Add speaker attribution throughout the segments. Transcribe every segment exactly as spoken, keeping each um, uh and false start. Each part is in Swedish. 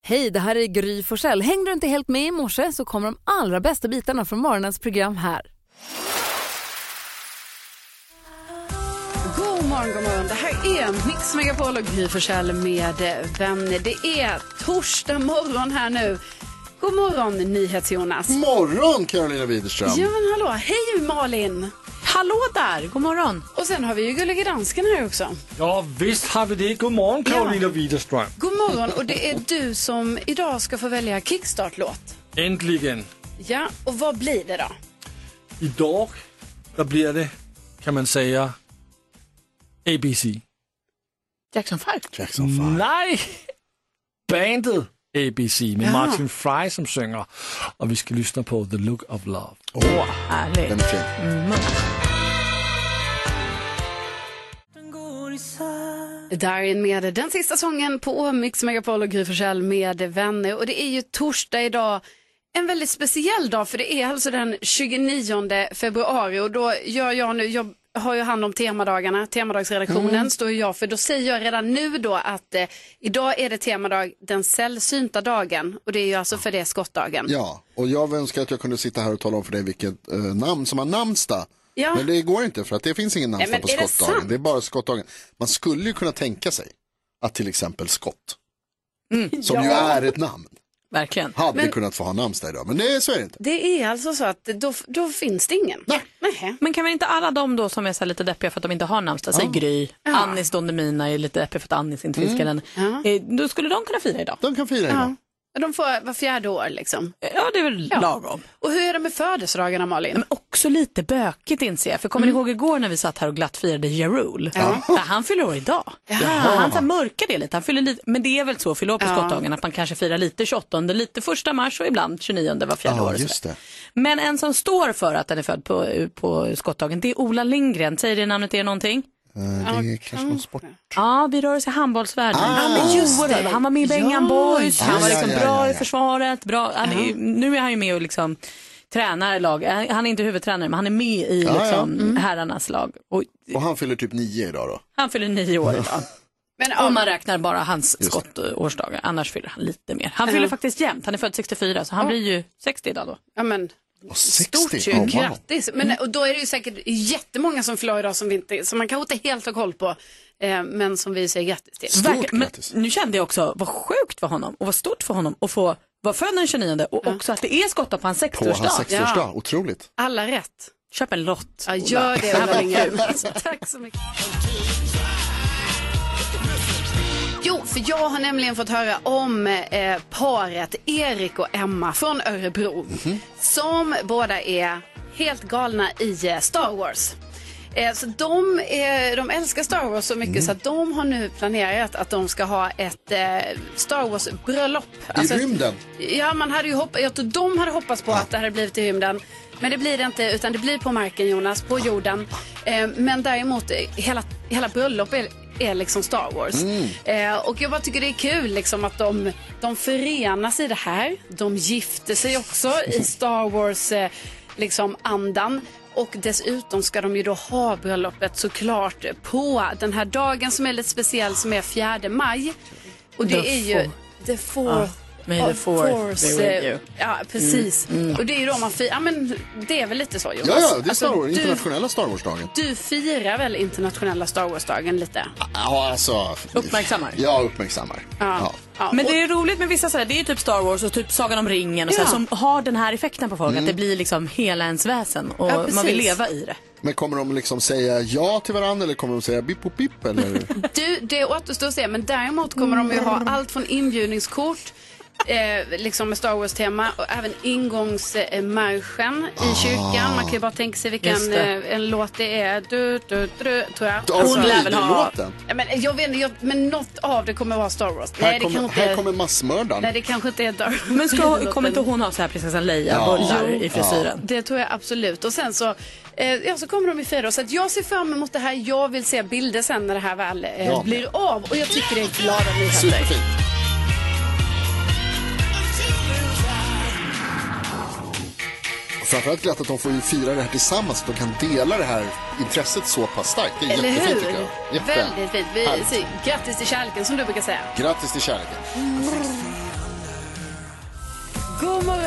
Speaker 1: Hej, det här är Gry Forssell. Hängde du inte helt med i morse så kommer de allra bästa bitarna från morgonens program här.
Speaker 2: God morgon, god morgon. Det här är Mix Megapol och Gry Forssell med vänner. Det är torsdag morgon här nu. God morgon, NyhetsJonas.
Speaker 3: Morgon, Carolina Widerström.
Speaker 2: Ja, men hallå. Hej, Malin.
Speaker 4: Hallå där, god morgon.
Speaker 2: Och sen har vi ju Gullige Dansken här också.
Speaker 5: Ja, visst har vi det. God morgon, Carolina ja. Widerström.
Speaker 2: God morgon, och det är du som idag ska få välja kickstart-låt.
Speaker 5: Äntligen.
Speaker 2: Ja, och vad blir det då?
Speaker 5: Idag, då blir det, kan man säga, A B C.
Speaker 4: Jackson Five?
Speaker 3: Jackson Five.
Speaker 5: Nej, bandet A B C med ja. Martin Fry som sjunger. Och vi ska lyssna på The Look of Love.
Speaker 4: Åh, oh, härligt.
Speaker 3: Den är fin. Mm.
Speaker 2: Darin med den sista sången på Mix Megapol och Gry Forssell med vänner. Och det är ju torsdag idag. En väldigt speciell dag, för det är alltså den tjugonionde februari. Och då gör jag nu, jag har ju hand om temadagarna, temadagsredaktionen mm. står jag för. Då säger jag redan nu då att eh, idag är det temadag, den sällsynta dagen. Och det är ju alltså för det skottdagen.
Speaker 3: Ja, och jag önskar att jag kunde sitta här och tala om för dig vilket eh, namn som har namnsdag. Ja. Men det går inte, för att det finns ingen namnsdag på skottdagen. Det, det är bara skottdagen. Man skulle ju kunna tänka sig att till exempel Skott, mm. som ja. ju är ett namn.
Speaker 4: Verkligen.
Speaker 3: Hade
Speaker 2: men,
Speaker 3: kunnat få ha namnsdag idag, men det, så är det inte.
Speaker 2: Det är alltså så att då, då finns det ingen.
Speaker 3: Nej.
Speaker 2: Nej.
Speaker 4: Men kan vi inte alla de då som är så lite deppiga för att de inte har namnsdag, säg Gry, ja. Annis Dondemina är lite deppig för att Annis inte finns mm. den. Ja. Då skulle de kunna fira idag.
Speaker 3: De kan fira idag. Ja.
Speaker 2: De får var fjärde år liksom.
Speaker 4: Ja, det är väl ja. lagom.
Speaker 2: Och hur är det med födelsedagarna, Malin?
Speaker 4: Men också lite bökigt, inser jag. För kommer
Speaker 2: mm.
Speaker 4: ni ihåg igår när vi satt här och glatt firade Jarul?
Speaker 2: Ja.
Speaker 4: Ja, han fyller år idag. Ja. Han så mörkar det lite. Han fyller lite. Men det är väl så att fylla år på ja. skottdagen att man kanske firar lite tjugoåttonde, lite första mars och ibland tjugonionde var fjärde
Speaker 3: ja,
Speaker 4: år.
Speaker 3: Just det.
Speaker 4: Men en som står för att den är född på, på skottdagen, det är Ola Lindgren. Säger det namnet er någonting?
Speaker 3: Uh, det är kanske någon sport.
Speaker 4: Ja, vi rör oss i handbollsvärlden.
Speaker 3: Ah,
Speaker 4: men just det. Han var med i Bengan ja, Boys. Han var liksom
Speaker 3: ja, ja,
Speaker 4: bra
Speaker 3: ja, ja.
Speaker 4: i försvaret. Bra. Han är, nu är han ju med och liksom tränar lag. Han är inte huvudtränare, men han är med i
Speaker 3: ja,
Speaker 4: liksom,
Speaker 3: ja.
Speaker 4: Mm. herrarnas lag. Och,
Speaker 3: och han fyller typ nio idag då?
Speaker 4: Han fyller nio år idag. Men om man räknar bara hans skottårsdagar, annars fyller han lite mer. Han fyller uh-huh. faktiskt jämnt. Han är född sextiofyra, så han uh-huh. blir ju sextio idag då.
Speaker 2: Ja, men stort ju,
Speaker 3: oh, wow.
Speaker 2: grattis. Men och då är det ju säkert jättemånga som fyller idag som vi inte, som man kanske inte helt har koll på, eh, men som vi säger grattis till.
Speaker 3: Stort
Speaker 4: men,
Speaker 3: grattis.
Speaker 4: Nu kände jag också vad sjukt för honom och vad stort för honom att få vara född den tjugonionde och ja. också att det är skotta på hans sextioårsdag.
Speaker 3: På hans sextioårsdag,
Speaker 2: ja.
Speaker 3: Otroligt.
Speaker 2: Alla rätt.
Speaker 4: Köp en lott.
Speaker 2: Ja, gör det. Här var ingen. Tack så mycket. Jo, för jag har nämligen fått höra om eh, paret Erik och Emma från Örebro. Mm-hmm. Som båda är helt galna i eh, Star Wars. Eh, så de, eh, de älskar Star Wars så mycket mm. så att de har nu planerat att de ska ha ett eh, Star Wars-bröllop.
Speaker 3: I
Speaker 2: alltså,
Speaker 3: rymden?
Speaker 2: Ja, man hade ju hoppat, jag tror de hade hoppats på ja. att det hade blivit i rymden. Men det blir det inte, utan det blir på marken, Jonas, på jorden. Eh, men däremot, hela, hela bröllop är, är liksom Star Wars. Mm. Eh, och jag bara tycker det är kul liksom, att de, de förenas i det här. De gifter sig också i Star Wars eh, liksom, andan. Och dessutom ska de ju då ha bröllopet såklart på den här dagen som är lite speciell, som är fjärde maj. Och det the är ju the fourth. Ah.
Speaker 4: May the force be with you.
Speaker 2: Ja, precis. Mm. Mm. Och det är ju då man firar, ja, men det är väl lite så, Jonas.
Speaker 3: Ja, ja, det är Star Wars,
Speaker 2: alltså,
Speaker 3: internationella Star Wars-dagen.
Speaker 2: Du firar väl internationella Star Wars-dagen lite?
Speaker 3: Ja, alltså.
Speaker 4: Uppmärksammar.
Speaker 3: Ja, uppmärksammar.
Speaker 2: Ja. Ja.
Speaker 4: Ja. Men det är roligt med vissa sådär, det är ju typ Star Wars och typ Sagan om ringen och ja. sådär, som har den här effekten på folk, mm. att det blir liksom hela ens väsen och ja, man vill leva i det.
Speaker 3: Men kommer de liksom säga ja till varandra eller kommer de säga bip och pip eller?
Speaker 2: Du, det återstår att se, men däremot kommer de ju ha allt från inbjudningskort, Eh, liksom med Star Wars-tema och även ingångsmarschen eh, i kyrkan. Man kan ju bara tänka sig vilken eh, en låt det är. Du, du, du, tror jag.
Speaker 3: Hon alltså, lär väl ha låten.
Speaker 2: Ja, men jag vet inte, jag, men något av det kommer vara Star Wars.
Speaker 3: Här,
Speaker 2: nej, det
Speaker 3: kommer,
Speaker 2: inte,
Speaker 3: här kommer massmördaren.
Speaker 2: Nej, det kanske inte är Darth.
Speaker 4: Men ska, kommer inte hon ha så här prinsessan Leia ja. bollar i frisyren?
Speaker 2: Ja. Det tror jag absolut. Och sen så eh, ja, så kommer de i fyra. Så att jag ser fram emot det här. Jag vill se bilder sen när det här väl eh, ja. blir av. Och jag tycker det är glada nyheter.
Speaker 3: Superfint. Framförallt glatt att de får ju fira det här tillsammans, att de kan dela det här intresset så pass starkt. Det är
Speaker 2: eller
Speaker 3: jättefint,
Speaker 2: hur?
Speaker 3: tycker jag. Jätte.
Speaker 2: Väldigt fint. Vi säger grattis till kärleken, som du brukar säga.
Speaker 3: Grattis till kärleken. Mm.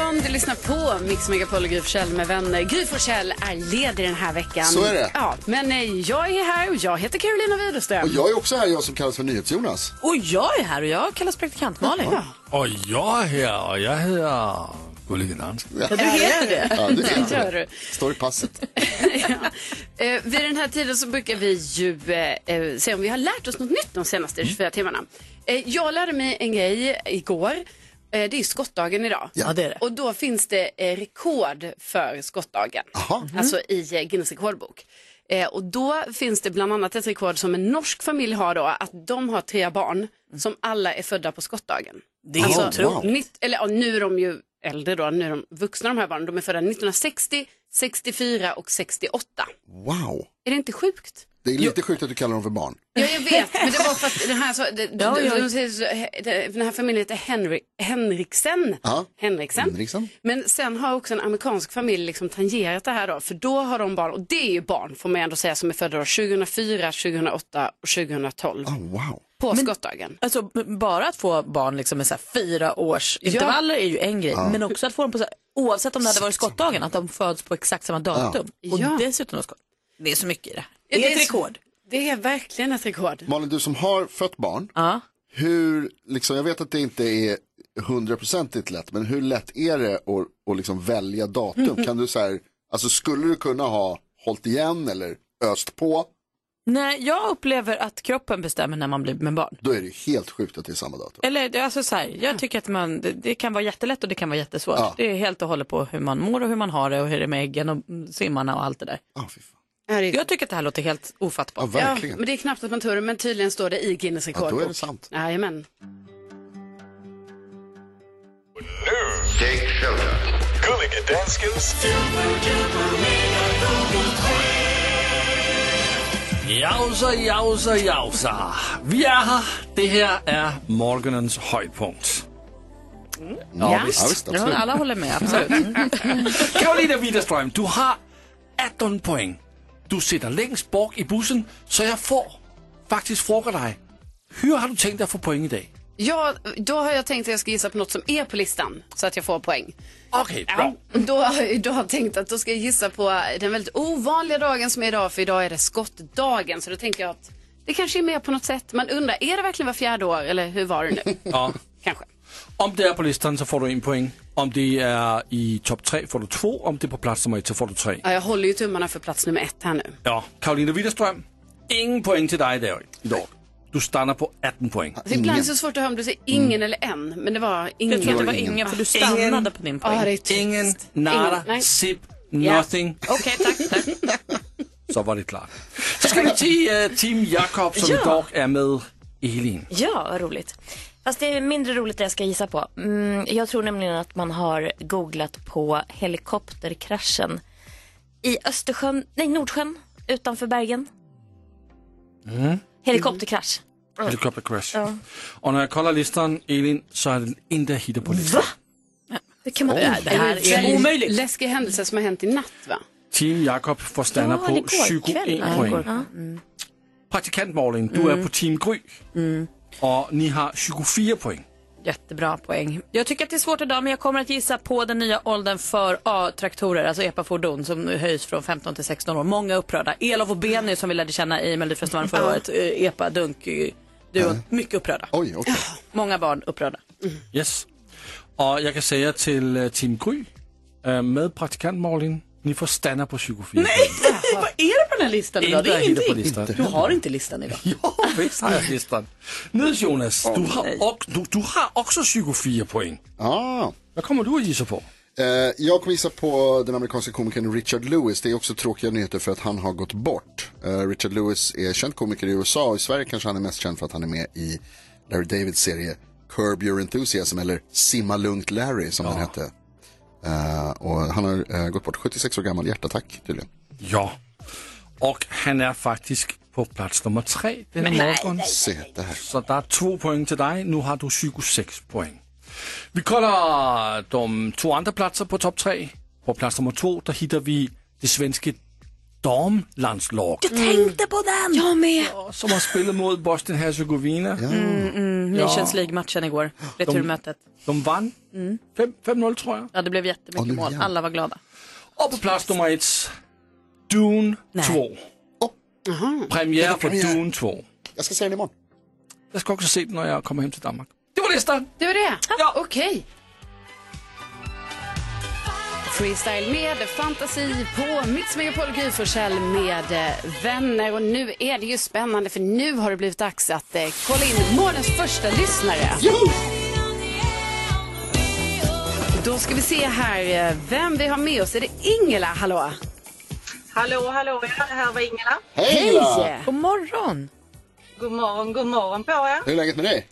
Speaker 2: morgon, du lyssnar på Mix Megapol och Gry Forssell med vänner. Gry Forssell är ledig den här veckan.
Speaker 3: Så är det.
Speaker 2: Ja, men jag är här och jag heter Carolina Widerström.
Speaker 3: Och jag är också här, jag som kallas för NyhetsJonas.
Speaker 4: Och jag är här och jag kallas praktikant Malin.
Speaker 5: Ja. Och jag är här och jag heter Gullige Dansken.
Speaker 4: Ja, du heter det.
Speaker 3: Ja, det
Speaker 2: det gör du.
Speaker 3: Står i passet.
Speaker 2: ja. eh, vid den här tiden så brukar vi ju eh, se om vi har lärt oss något nytt de senaste tjugofyra timmarna. Eh, jag lärde mig en grej igår. Det är skottdagen idag.
Speaker 4: Ja, det är det.
Speaker 2: Och då finns det rekord för skottdagen.
Speaker 3: Aha.
Speaker 2: Mm. Alltså i Guinness rekordbok. Och då finns det bland annat ett rekord som en norsk familj har då. Att de har tre barn som alla är födda på skottdagen.
Speaker 4: Det är alltså, otroligt.
Speaker 3: Wow.
Speaker 2: Nitt, eller ja, nu är de ju äldre då. Nu är de vuxna de här barnen. De är födda nittonhundrasextio, sextiofyra och sextioåtta.
Speaker 3: Wow.
Speaker 2: Är det inte sjukt?
Speaker 3: Det är lite sjukt att du kallar dem för barn.
Speaker 2: Ja, jag vet, men det var för att den här, så, det,
Speaker 4: ja, ja.
Speaker 2: de säger så, den här familjen heter Henry, Henriksen.
Speaker 3: Ja.
Speaker 2: Henriksen.
Speaker 3: Henriksen.
Speaker 2: Men sen har också en amerikansk familj liksom tangerat det här då. För då har de barn, och det är ju barn får man ändå säga, som är födda då tjugohundrafyra, tjugohundraåtta och tjugohundratolv.
Speaker 3: Oh, wow.
Speaker 2: På
Speaker 4: men,
Speaker 2: skottdagen.
Speaker 4: Alltså bara att få barn liksom med så här fyra års intervaller är ju en grej. Ja. Men också att få dem på så här, oavsett om det hade varit skottdagen, att de föds på exakt samma datum. Ja. Och
Speaker 2: ja.
Speaker 4: dessutom skott. Det är så mycket i det.
Speaker 2: Det
Speaker 4: är
Speaker 2: är
Speaker 4: ett rekord.
Speaker 2: Det är verkligen ett rekord.
Speaker 3: Malin, du som har fött barn,
Speaker 4: ja.
Speaker 3: hur, liksom, jag vet att det inte är hundraprocentigt lätt, men hur lätt är det att, att liksom välja datum? Mm. Kan du så här, alltså skulle du kunna ha hållit igen eller öst på?
Speaker 4: Nej, jag upplever att kroppen bestämmer när man blir med barn.
Speaker 3: Då är det helt sjukt att det är samma datum.
Speaker 4: Eller alltså så här, jag tycker att man, det, det kan vara jättelätt och det kan vara jättesvårt. Ja. Det är helt och hållet på hur man mår och hur man har det och hur det är med äggen och simmarna och allt det där.
Speaker 3: Oh, fy fan.
Speaker 4: Jag tycker att det här låter helt ofattbart.
Speaker 3: Ja, verkligen.
Speaker 2: Ja, men det är knappt att man tror det, men tydligen står det i Guinness rekordbok.
Speaker 3: Ja, då är det sant.
Speaker 2: Jajamän.
Speaker 6: Take shelter. Gullige Danskens
Speaker 5: Jausa, jausa, jausa. Vi är här. Det här är morgonens höjdpunkt.
Speaker 2: Mm.
Speaker 5: Ja,
Speaker 2: ja.
Speaker 5: visst.
Speaker 3: Ja, visst, absolut.
Speaker 4: Ja, alla håller med, absolut.
Speaker 5: Carolina Widerström, du har arton poäng. Du sitter längst bak i bussen, så jag får faktiskt fråga dig. Hur har du tänkt att få poäng idag?
Speaker 2: Ja, då har jag tänkt att jag ska gissa på något som är på listan så att jag får poäng.
Speaker 5: Okej, okay, bra.
Speaker 2: Ja, då, då har jag tänkt att då ska jag gissa på den väldigt ovanliga dagen som är idag, för idag är det skottdagen. Så då tänker jag att det kanske är med på något sätt. Man undrar, är det verkligen var fjärde år eller hur var det nu?
Speaker 5: Ja.
Speaker 2: Kanske.
Speaker 5: Om det är på listan så får du en poäng. Om det är i topp tre får du två. Om det är på plats nummer ett så får du tre.
Speaker 2: Ja, jag håller ju tummarna för plats nummer ett här nu.
Speaker 5: Ja, Carolina Widerström, ingen poäng till dig där idag. Du stannar på arton poäng.
Speaker 2: Det är ibland så svårt att höra om du säger ingen mm. eller en, men det var ingen.
Speaker 4: Jag tror det var ingen, för du stannade ingen. På din poäng.
Speaker 2: Ah, det är tyst.
Speaker 5: Ingen, nada, ingen. Sip, nothing.
Speaker 2: Yeah. Okej, okay, tack, tack.
Speaker 5: Så var det klart. Så ska vi till uh, Team Jakob som ja. idag är med Elin.
Speaker 7: Ja, vad roligt. Fast det är mindre roligt det jag ska gissa på. Mm, jag tror nämligen att man har googlat på helikopterkraschen i Östersjön, nej Nordsjön, utanför Bergen.
Speaker 5: Mm.
Speaker 7: Helikopterkrasch.
Speaker 5: Mm. Helikopterkrasch. Ja. Och när jag kollar listan, Elin, så är den inte hittat på listan.
Speaker 7: Va? Det kan man oh,
Speaker 2: det här är omöjligt. Läskig händelse som har hänt i natt, va?
Speaker 5: Team Jakob får stanna ja, på tjugoen poäng. Ja. Mm. Praktikant Malin, du mm. är på Team Gry. Mm. Och ni har tjugofyra poäng.
Speaker 4: Jättebra poäng. Jag tycker att det är svårt idag, men jag kommer att gissa på den nya åldern för A-traktorer, alltså E P A-fordon som höjs från femton till sexton år. Många upprörda. Elof och Benny som vi lärde känna i Melodifestivalen förra året. E P A, Dunk, du är mycket upprörda.
Speaker 3: Oj, okay.
Speaker 4: Många barn upprörda.
Speaker 5: Mm. Yes. Och jag kan säga till Team Gry, med praktikant Malin, ni får stanna på tjugofyra.
Speaker 4: Nej, vad är det på den här listan idag?
Speaker 5: Det är ingenting. På listan.
Speaker 4: Du har inte listan idag.
Speaker 5: Ja, visst har jag listan. Nu Jonas, oh, du, har och, du, du har också tjugofyra poäng.
Speaker 3: Ah.
Speaker 5: Vad kommer du att gissa på?
Speaker 3: Uh, jag kommer gissa på den amerikanska komikern Richard Lewis. Det är också tråkiga nyheter för att han har gått bort. Uh, Richard Lewis är känd komiker i U S A och i Sverige kanske han är mest känd för att han är med i Larry Davids serie Curb Your Enthusiasm, eller Simma Lugnt Larry som ja. den hette. Uh, och han har uh, gått bort, sjuttiosex år gammal, hjärtattack tydligen.
Speaker 5: Ja, och han är faktiskt på plats nummer tre den här morgon.
Speaker 3: Se det här.
Speaker 5: Så det är två poäng till dig, nu har du tjugosex poäng. Vi kollar de två andra platser på topp tre. På plats nummer två, där hittar vi det svenska Stormlandslaget.
Speaker 4: Jag tänkte på den!
Speaker 2: Jag med!
Speaker 5: Ja, som har spelat mot Bosnien-Hercegovina.
Speaker 4: Mm, mm, Nations League-matchen igår, returmötet.
Speaker 5: De, de vann mm. fem noll tror jag.
Speaker 4: Ja, det blev jättemycket mål. Alla var glada.
Speaker 5: Och på plats nummer ett, Dune två.
Speaker 3: Oh.
Speaker 5: Premiär på Dune två.
Speaker 3: Jag ska se den imorgon.
Speaker 5: Jag ska också se den när jag kommer hem till Danmark. Det var listan.
Speaker 2: Det var det?
Speaker 5: Ja.
Speaker 2: Okej. Okay. Freestyle med fantasi på Mix Megapol Gry Forssell med vänner. Och nu är det ju spännande för nu har det blivit dags att eh, kolla in månadens första lyssnare.
Speaker 3: Joho!
Speaker 2: Då ska vi se här vem vi har med oss. Är det Ingela? Hallå?
Speaker 8: Hallå, hallå. Det här var Ingela.
Speaker 3: Hej Ingela!
Speaker 2: Hej!
Speaker 4: God morgon!
Speaker 8: God morgon, god morgon på er.
Speaker 3: Hur är läget med dig?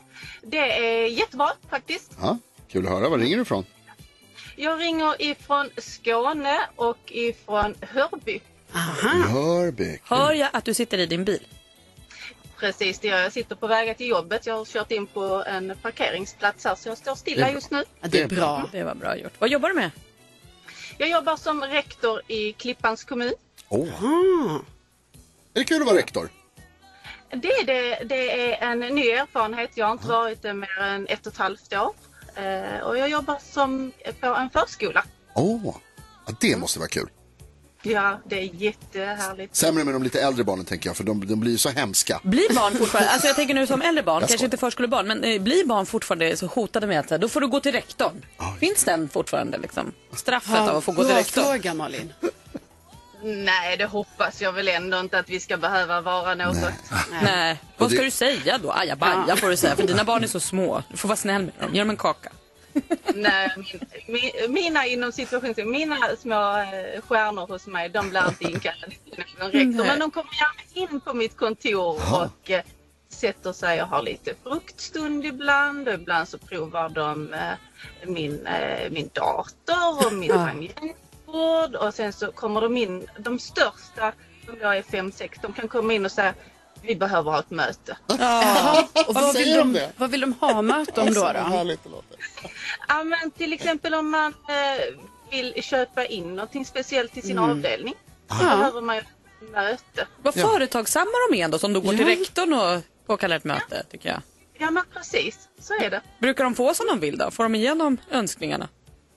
Speaker 8: Det är jättebra faktiskt.
Speaker 3: Ja, kul att höra. Var ringer du ifrån?
Speaker 8: Jag ringer ifrån Skåne och ifrån Hörby.
Speaker 2: Aha.
Speaker 3: Hörby.
Speaker 4: Hör jag att du sitter i din bil?
Speaker 8: Precis, det gör jag. Sitter på väg till jobbet. Jag har kört in på en parkeringsplats här så jag står stilla just nu.
Speaker 2: Ja, det är bra.
Speaker 4: Det var bra gjort. Vad jobbar du med?
Speaker 8: Jag jobbar som rektor i Klippans kommun.
Speaker 3: Åh. Oh. Är det kul att vara rektor?
Speaker 8: Det är, det, det är en ny erfarenhet. Jag har inte varit det mer än ett och ett halvt år. Uh, och jag jobbar som på en förskola.
Speaker 3: Åh, oh. Ja, det måste vara kul.
Speaker 8: Ja, det är jättehärligt.
Speaker 3: Sämre med de lite äldre barnen tänker jag, för de, de blir ju så hemska.
Speaker 4: Blir barn fortfarande, alltså jag tänker nu som äldre barn, kanske inte förskolebarn, men eh, blir barn fortfarande så hotade med att då får du gå till rektorn. Oj. Finns den fortfarande liksom? Straffet ja, av att få gå till rektorn?
Speaker 2: Fråga, Malin.
Speaker 8: Nej, det hoppas jag väl ändå inte att vi ska behöva vara något.
Speaker 4: Nej. Nej. Vad ska du säga då? Ajabaja ja. får du säga, för dina barn är så små. Du får vara snäll med dem, ge dem en kaka.
Speaker 8: Nej, min, mina inom situationen, mina små äh, stjärnor hos mig, de blir inte inkallade till någon rektor. Men de kommer gärna in på mitt kontor och äh, sätter sig och har lite fruktstund ibland. Och ibland så provar de äh, min, äh, min dator och min tangentbord. Och sen så kommer de in, de största, som jag är fem sex, de kan komma in och säga vi behöver ha ett möte.
Speaker 2: Ja. Och vad vill, de, vad vill de ha möte om då? då?
Speaker 8: Ja, men till exempel om man eh, vill köpa in någonting speciellt till sin mm. avdelning. Så ja. behöver man ju ett möte.
Speaker 4: Vad ja. företagsamma de är ändå som då går ja. till rektorn och påkallar ett möte, tycker jag.
Speaker 8: Ja, men precis. Så är det.
Speaker 4: Brukar de få som de vill då? Får de igenom önskningarna?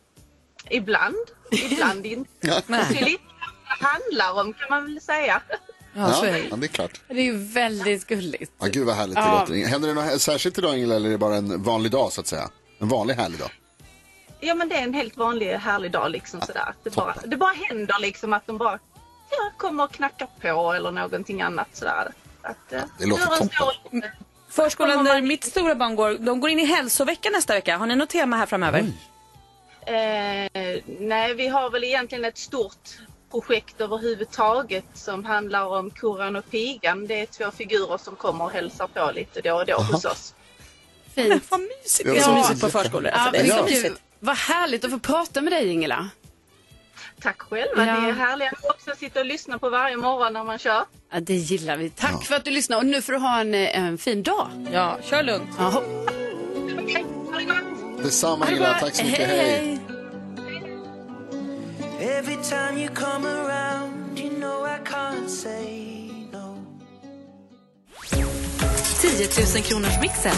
Speaker 8: Ibland. Ibland inte. Ja. Det är lite handlar om, kan man väl säga.
Speaker 3: Ja, så är det. Ja, det är klart.
Speaker 2: Det är ju väldigt gulligt.
Speaker 3: Ja, gud vad härligt det ja. låter. Händer det något särskilt idag, Ingela, eller är det bara en vanlig dag så att säga? En vanlig härlig dag?
Speaker 8: Ja, men det är en helt vanlig härlig dag liksom ja, sådär. Det bara, det bara händer liksom att de bara ja, kommer och knackar på eller någonting annat sådär. Att,
Speaker 3: ja, det låter toppen.
Speaker 4: Förskolan där mitt stora barn går, de går in i hälsovecka nästa vecka. Har ni något tema här framöver?
Speaker 8: Eh, nej, vi har väl egentligen ett stort projekt överhuvudtaget som handlar om Kurran och Pigan. Det är två figurer som kommer och hälsar på lite då och då hos oss.
Speaker 2: Fint.
Speaker 4: Vad mysigt. Det är så mysigt på förskolor. Alltså,
Speaker 2: ja,
Speaker 4: det är
Speaker 2: så
Speaker 4: mysigt.
Speaker 2: Vad härligt att få prata med dig, Ingela.
Speaker 8: Tack själva. Ja. Det är härligt att också sitta och lyssna på varje morgon när man kör.
Speaker 2: Ja, det gillar vi. Tack ja. för att du lyssnar. Och nu får du ha en, en fin dag.
Speaker 4: Ja, kör lugnt.
Speaker 2: Ja.
Speaker 8: Okej, ha det gott.
Speaker 3: Detsamma, Ingela. Tack så mycket. Hej, hej.
Speaker 9: Every time you come around, you know I can't say no.
Speaker 1: tio tusen kronors mixen.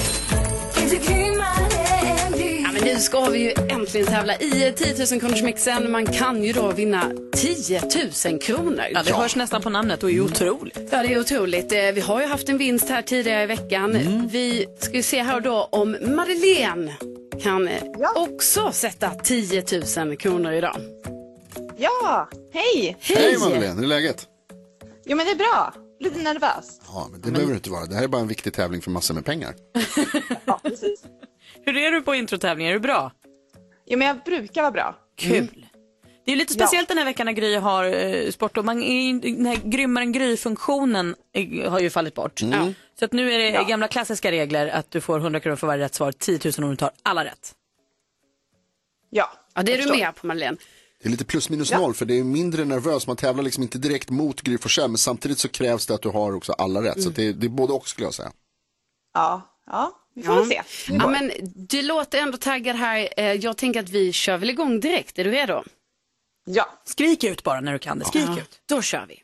Speaker 2: Ja, men nu ska vi ju äntligen tävla i tio tusen kronors mixen. Man kan ju då vinna tio tusen kronor.
Speaker 4: Ja, det hörs nästan på namnet och är otroligt.
Speaker 2: Ja, det är otroligt. Vi har ju haft en vinst här tidigare i veckan. Mm. Vi ska ju se här då om Madeleine kan ja. också sätta tio tusen kronor idag.
Speaker 10: Ja, hej!
Speaker 3: Hej, hej Madeleine, hur är läget?
Speaker 10: Jo, men det är bra. Lite nervös.
Speaker 3: Ja, men det men... behöver det inte vara. Det här är bara en viktig tävling för massor med pengar.
Speaker 10: Ja, precis.
Speaker 4: Hur är du på introtävlingar? Är du bra?
Speaker 10: Jo, men jag brukar vara bra.
Speaker 4: Kul. Mm. Det är lite speciellt ja. den här veckan när Gry har eh, sport. Och man är, den här grymmaren Gry-funktionen är, har ju fallit bort. Mm. Ja. Så att nu är det ja. gamla klassiska regler att du får hundra kronor för varje rätt svar. tio tusen om du tar alla rätt.
Speaker 10: Ja,
Speaker 2: ja det är du med på, Madeleine.
Speaker 3: Det är lite plus minus ja. noll, för det är mindre nervös. Man tävlar liksom inte direkt mot Gry Forssell, men samtidigt så krävs det att du har också alla rätt. Mm. Så det är, det är både och, skulle jag säga.
Speaker 10: Ja, ja. Vi får ja. se.
Speaker 2: Ja, men du låter ändå taggad här. Jag tänker att vi kör väl igång direkt. Är du redo?
Speaker 10: Ja.
Speaker 4: Skrik ut bara när du kan det. Skrik
Speaker 2: Ja.
Speaker 4: ut.
Speaker 2: Då kör vi.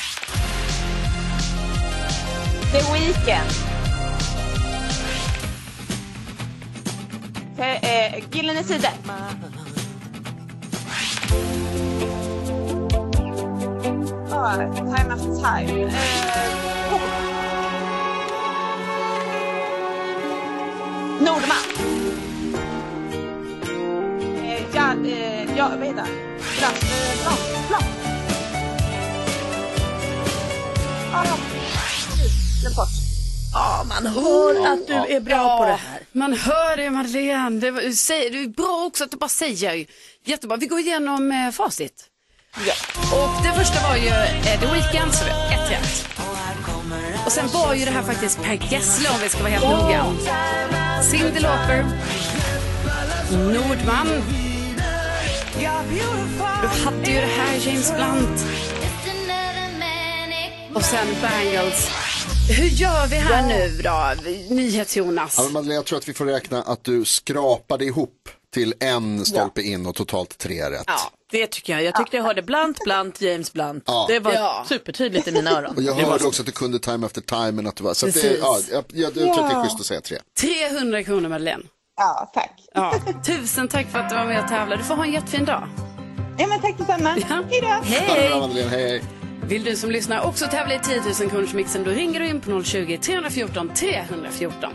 Speaker 10: The Weeknd. Eh, Gyllene Tider. Oh, time after time. Eh, oh. Nordman. Eh, ja, eh, ja, vad heter det? Blast, eh, blast, blast. Ah, den bort.
Speaker 4: Ja, man hör att du är bra
Speaker 2: ja,
Speaker 4: på det här.
Speaker 2: Man hör det, Madeleine. Det, var, du säger, det är bra också att du bara säger. Jättebra. Vi går igenom eh, facit.
Speaker 10: Ja.
Speaker 2: Och det första var ju eh, The Weeknd, så det är ett rätt. Och sen var ju det här faktiskt Per Gessle, om vi ska vara helt oh. noga. Cyndi Lauper. Nordman. Du hade ju det här, James Blunt. Och sen Bangles. Hur gör vi här nu då, NyhetsJonas?
Speaker 3: Ja, Madeleine, jag tror att vi får räkna att du skrapade ihop till en stolpe in och totalt tre rätt.
Speaker 2: Ja,
Speaker 4: det tycker jag. Jag tyckte jag hörde Blunt, Blunt, James Blunt.
Speaker 3: Ja.
Speaker 4: Det var
Speaker 2: ja.
Speaker 4: supertydligt i mina öron.
Speaker 3: Och jag
Speaker 4: det
Speaker 3: hörde
Speaker 4: var...
Speaker 3: också att du kunde time after time. Men att du var, så att det, ja, jag, jag, jag tror att det är schysst att säga tre.
Speaker 2: trehundra kronor, Madeleine.
Speaker 10: Ja, tack.
Speaker 2: Ja. Tusen tack för att du var med och tävlade. Du får ha en jättefin dag.
Speaker 10: Ja, men tack detsamma.
Speaker 2: Ja.
Speaker 10: Hej då.
Speaker 2: Hej.
Speaker 3: Ja, Madeleine, hej, hej.
Speaker 2: Vill du som lyssnar också tävla i tio tusen kronors mixen, då ringer du in på noll tjugo, tre fjorton, tre fjorton.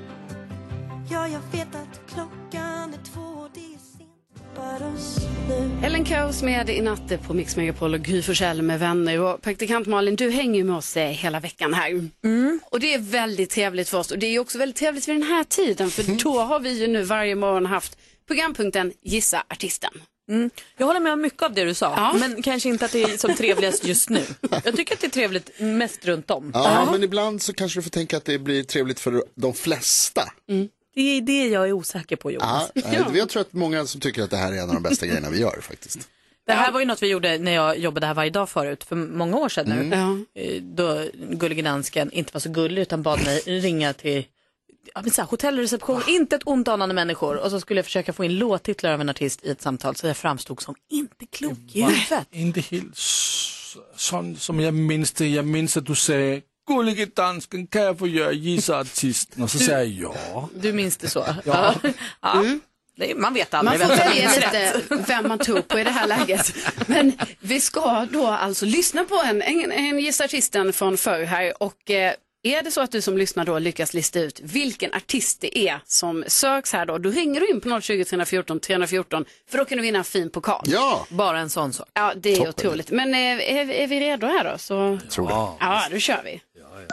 Speaker 9: Ja, jag vet att klockan är två, det är sent för oss nu.
Speaker 2: Ellen Kaos med I natte på Mix Megapol och Gry Forssell med vänner. Och praktikant Malin, du hänger ju med oss hela veckan här. Mm. Och det är väldigt trevligt för oss. Och det är också väldigt trevligt vid den här tiden. För mm. då har vi ju nu varje morgon haft programpunkten Gissa artisten.
Speaker 4: Mm. Jag håller med om mycket av det du sa, ja. Men kanske inte att det är som trevligast just nu. Jag tycker att det är trevligt mest runt om.
Speaker 3: Ja, ja. Men ibland så kanske du får tänka att det blir trevligt för de flesta.
Speaker 4: Mm. Det är det jag är osäker på, Jonas.
Speaker 3: Ja, ja. Jag tror att många som tycker att det här är en av de bästa grejerna vi gör faktiskt.
Speaker 4: Det här var ju något vi gjorde när jag jobbade här varje dag förut, för många år sedan nu. Mm. Då Gullige Dansken inte var så gullig utan bad mig ringa till ja, men så här, hotellreception, oh. inte ett ont anande människor. Och så skulle jag försöka få in låttitlar av en artist i ett samtal, så jag framstod som inte klok i huvudet.
Speaker 5: Inte helt sån som jag minns det. Jag minns att du säger Gullige Dansken, kan jag få göra Gissa artisten? Och så säger jag ja.
Speaker 4: Du minns det så?
Speaker 5: Ja.
Speaker 4: Ja. Mm. Det, man vet aldrig.
Speaker 2: Man får välja lite vem man tror på i det här läget. Men vi ska då alltså lyssna på en, en, en Gissa artisten från förr här. Och eh, är det så att du som lyssnar då lyckas lista ut vilken artist det är som söks här då, då ringer du in på noll tjugo, tre fjorton, tre fjorton, för då kan du vinna en fin pokal.
Speaker 3: Ja!
Speaker 4: Bara en sån sak.
Speaker 2: Ja, det är Toppen. Otroligt. Men är, är, är vi redo här då? Så...
Speaker 3: Tror det.
Speaker 2: Ja, då kör vi. Ja, ja.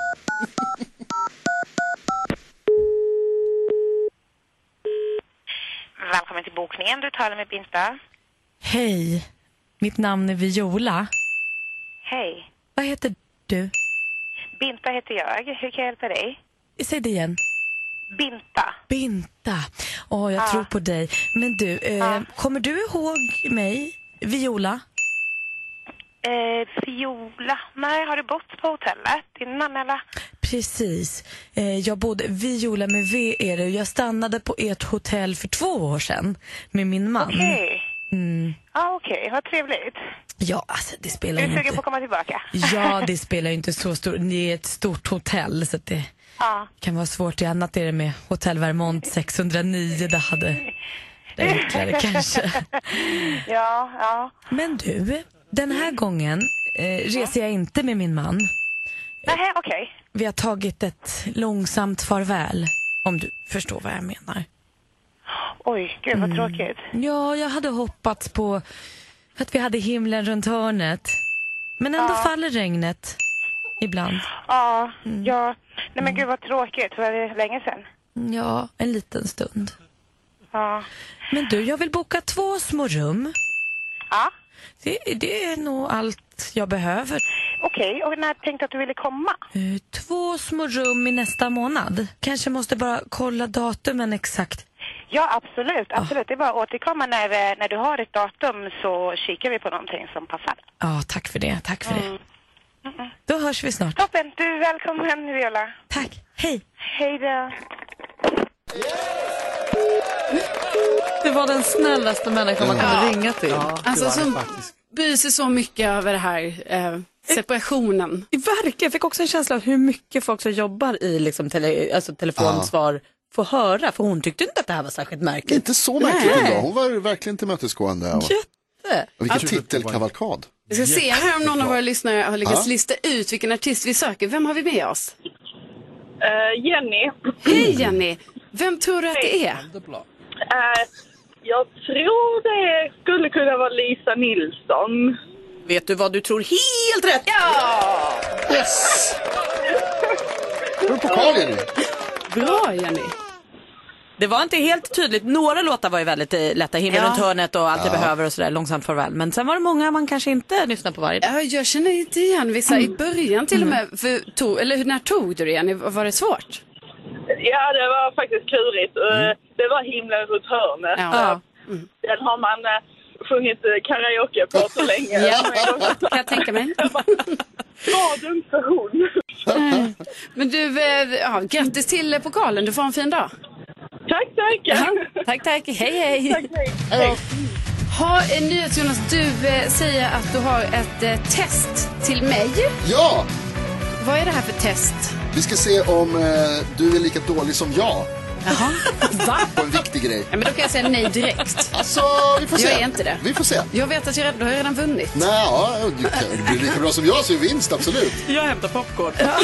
Speaker 11: Välkommen till bokningen, du talar med Binta.
Speaker 12: Hej, mitt namn är Viola.
Speaker 11: Hej.
Speaker 12: Vad heter du?
Speaker 11: Binta heter jag. Hur kan jag hjälpa dig?
Speaker 12: Säg det igen.
Speaker 11: Binta.
Speaker 12: Binta. Åh, oh, jag ja. tror på dig. Men du, eh, ja. kommer du ihåg mig? Viola?
Speaker 11: Eh, Viola? Nej, har du bott på hotellet innan eller?
Speaker 12: Precis. Eh, jag bodde, Viola med V är det. Jag stannade på ert hotell för två år sedan med min man.
Speaker 11: Okej. Okay.
Speaker 12: Mm.
Speaker 11: Ja, okej. Okay. Vad trevligt.
Speaker 12: Ja, alltså det spelar inte...
Speaker 11: Är du sugen på att komma tillbaka?
Speaker 12: Ja, det spelar inte så stort. Det är ett stort hotell så att det ja. kan vara svårt. I annat är det med Hotell Vermont sexhundranio. Det hade det enklare kanske.
Speaker 11: Ja, ja.
Speaker 12: Men du, den här gången eh, reser jag inte med min man.
Speaker 11: Nej, okej. Okay.
Speaker 12: Vi har tagit ett långsamt farväl, om du förstår vad jag menar.
Speaker 11: Oj, gud vad tråkigt.
Speaker 12: Mm. Ja, jag hade hoppats på att vi hade himlen runt hörnet. Men ändå ja. faller regnet ibland.
Speaker 11: Ja, mm. ja. Nej men gud vad tråkigt. Var det länge sedan?
Speaker 12: Ja, en liten stund.
Speaker 11: Ja.
Speaker 12: Men du, jag vill boka två små rum.
Speaker 11: Ja.
Speaker 12: Det, det är nog allt jag behöver.
Speaker 11: Okej, okay. Och när tänkte att du ville komma?
Speaker 12: Uh, två små rum i nästa månad. Kanske måste bara kolla datumen exakt.
Speaker 11: Ja, absolut. absolut. Oh. Det är bara att återkomma när, när du har ett datum, så kikar vi på någonting som passar.
Speaker 12: Ja, tack för det. Tack för mm. det. Mm-mm. Då hörs vi snart.
Speaker 11: Toppen. Du är välkommen, Viola.
Speaker 12: Tack. Hej.
Speaker 11: Hej då.
Speaker 4: Det var den snällaste människan man kunde ringa till.
Speaker 2: Ja, alltså som bryr sig så mycket över det här eh, separationen.
Speaker 4: Verkligen, jag fick också en känsla av hur mycket folk som jobbar i liksom, tele, alltså telefonsvar ja. får höra. För hon tyckte inte att det här var särskilt märkligt.
Speaker 3: Inte så märkligt ändå. Hon var verkligen tillmötesgående. Och...
Speaker 4: Jätte.
Speaker 3: Och vilken titelkavalkad.
Speaker 2: Vi ska se här om någon av våra lyssnare har lyckats ja. lista ut vilken artist vi söker. Vem har vi med oss?
Speaker 13: Uh, Jenny.
Speaker 2: Hej Jenny. Vem tror du att det är?
Speaker 13: Uh, jag tror det skulle kunna vara Lisa Nilsson.
Speaker 4: Vet du vad, du tror helt rätt?
Speaker 2: Ja!
Speaker 3: Yes! Är du på kvar, Jenny?
Speaker 2: Bra, Jenny.
Speaker 4: Det var inte helt tydligt. Några låtar var ju väldigt lätta. Himmel
Speaker 2: ja.
Speaker 4: runt hörnet och allt
Speaker 3: ja.
Speaker 4: det behöver och sådär. Långsamt farväl. Men sen var det många man kanske inte lyssnar på varje dag.
Speaker 2: Ja, jag känner inte igen vissa i början till och med. För, tog, eller när tog du det igen? Var det svårt?
Speaker 13: Ja, det var faktiskt klurigt. Mm. Det var Himlen runt hörnet.
Speaker 2: Ja. Mm.
Speaker 13: Den har man uh, sjungit karaoke på så länge.
Speaker 2: Ja, kan jag tänka mig.
Speaker 13: Var du inte hon?
Speaker 2: Men du, ja, grattis till pokalen. Du får en fin dag.
Speaker 13: Tack, tack.
Speaker 2: Ja, tack, tack. Hej, hej.
Speaker 13: Tack, hej. hej.
Speaker 2: Ha en nyhet, Jonas. Du eh, säger att du har ett eh, test till mig.
Speaker 3: Ja!
Speaker 2: Vad är det här för test?
Speaker 3: Vi ska se om eh, du är lika dålig som jag.
Speaker 2: Jaha, va?
Speaker 3: På en viktig grej.
Speaker 2: Ja, men då kan jag säga nej direkt.
Speaker 3: Alltså, vi får se.
Speaker 2: Jag är inte det.
Speaker 3: Vi får se.
Speaker 2: Jag vet att jag redan, har redan vunnit.
Speaker 3: Nej, ja, det blir lika bra som jag, så är vinst, absolut.
Speaker 4: Jag hämtar popcorn.
Speaker 2: Ja.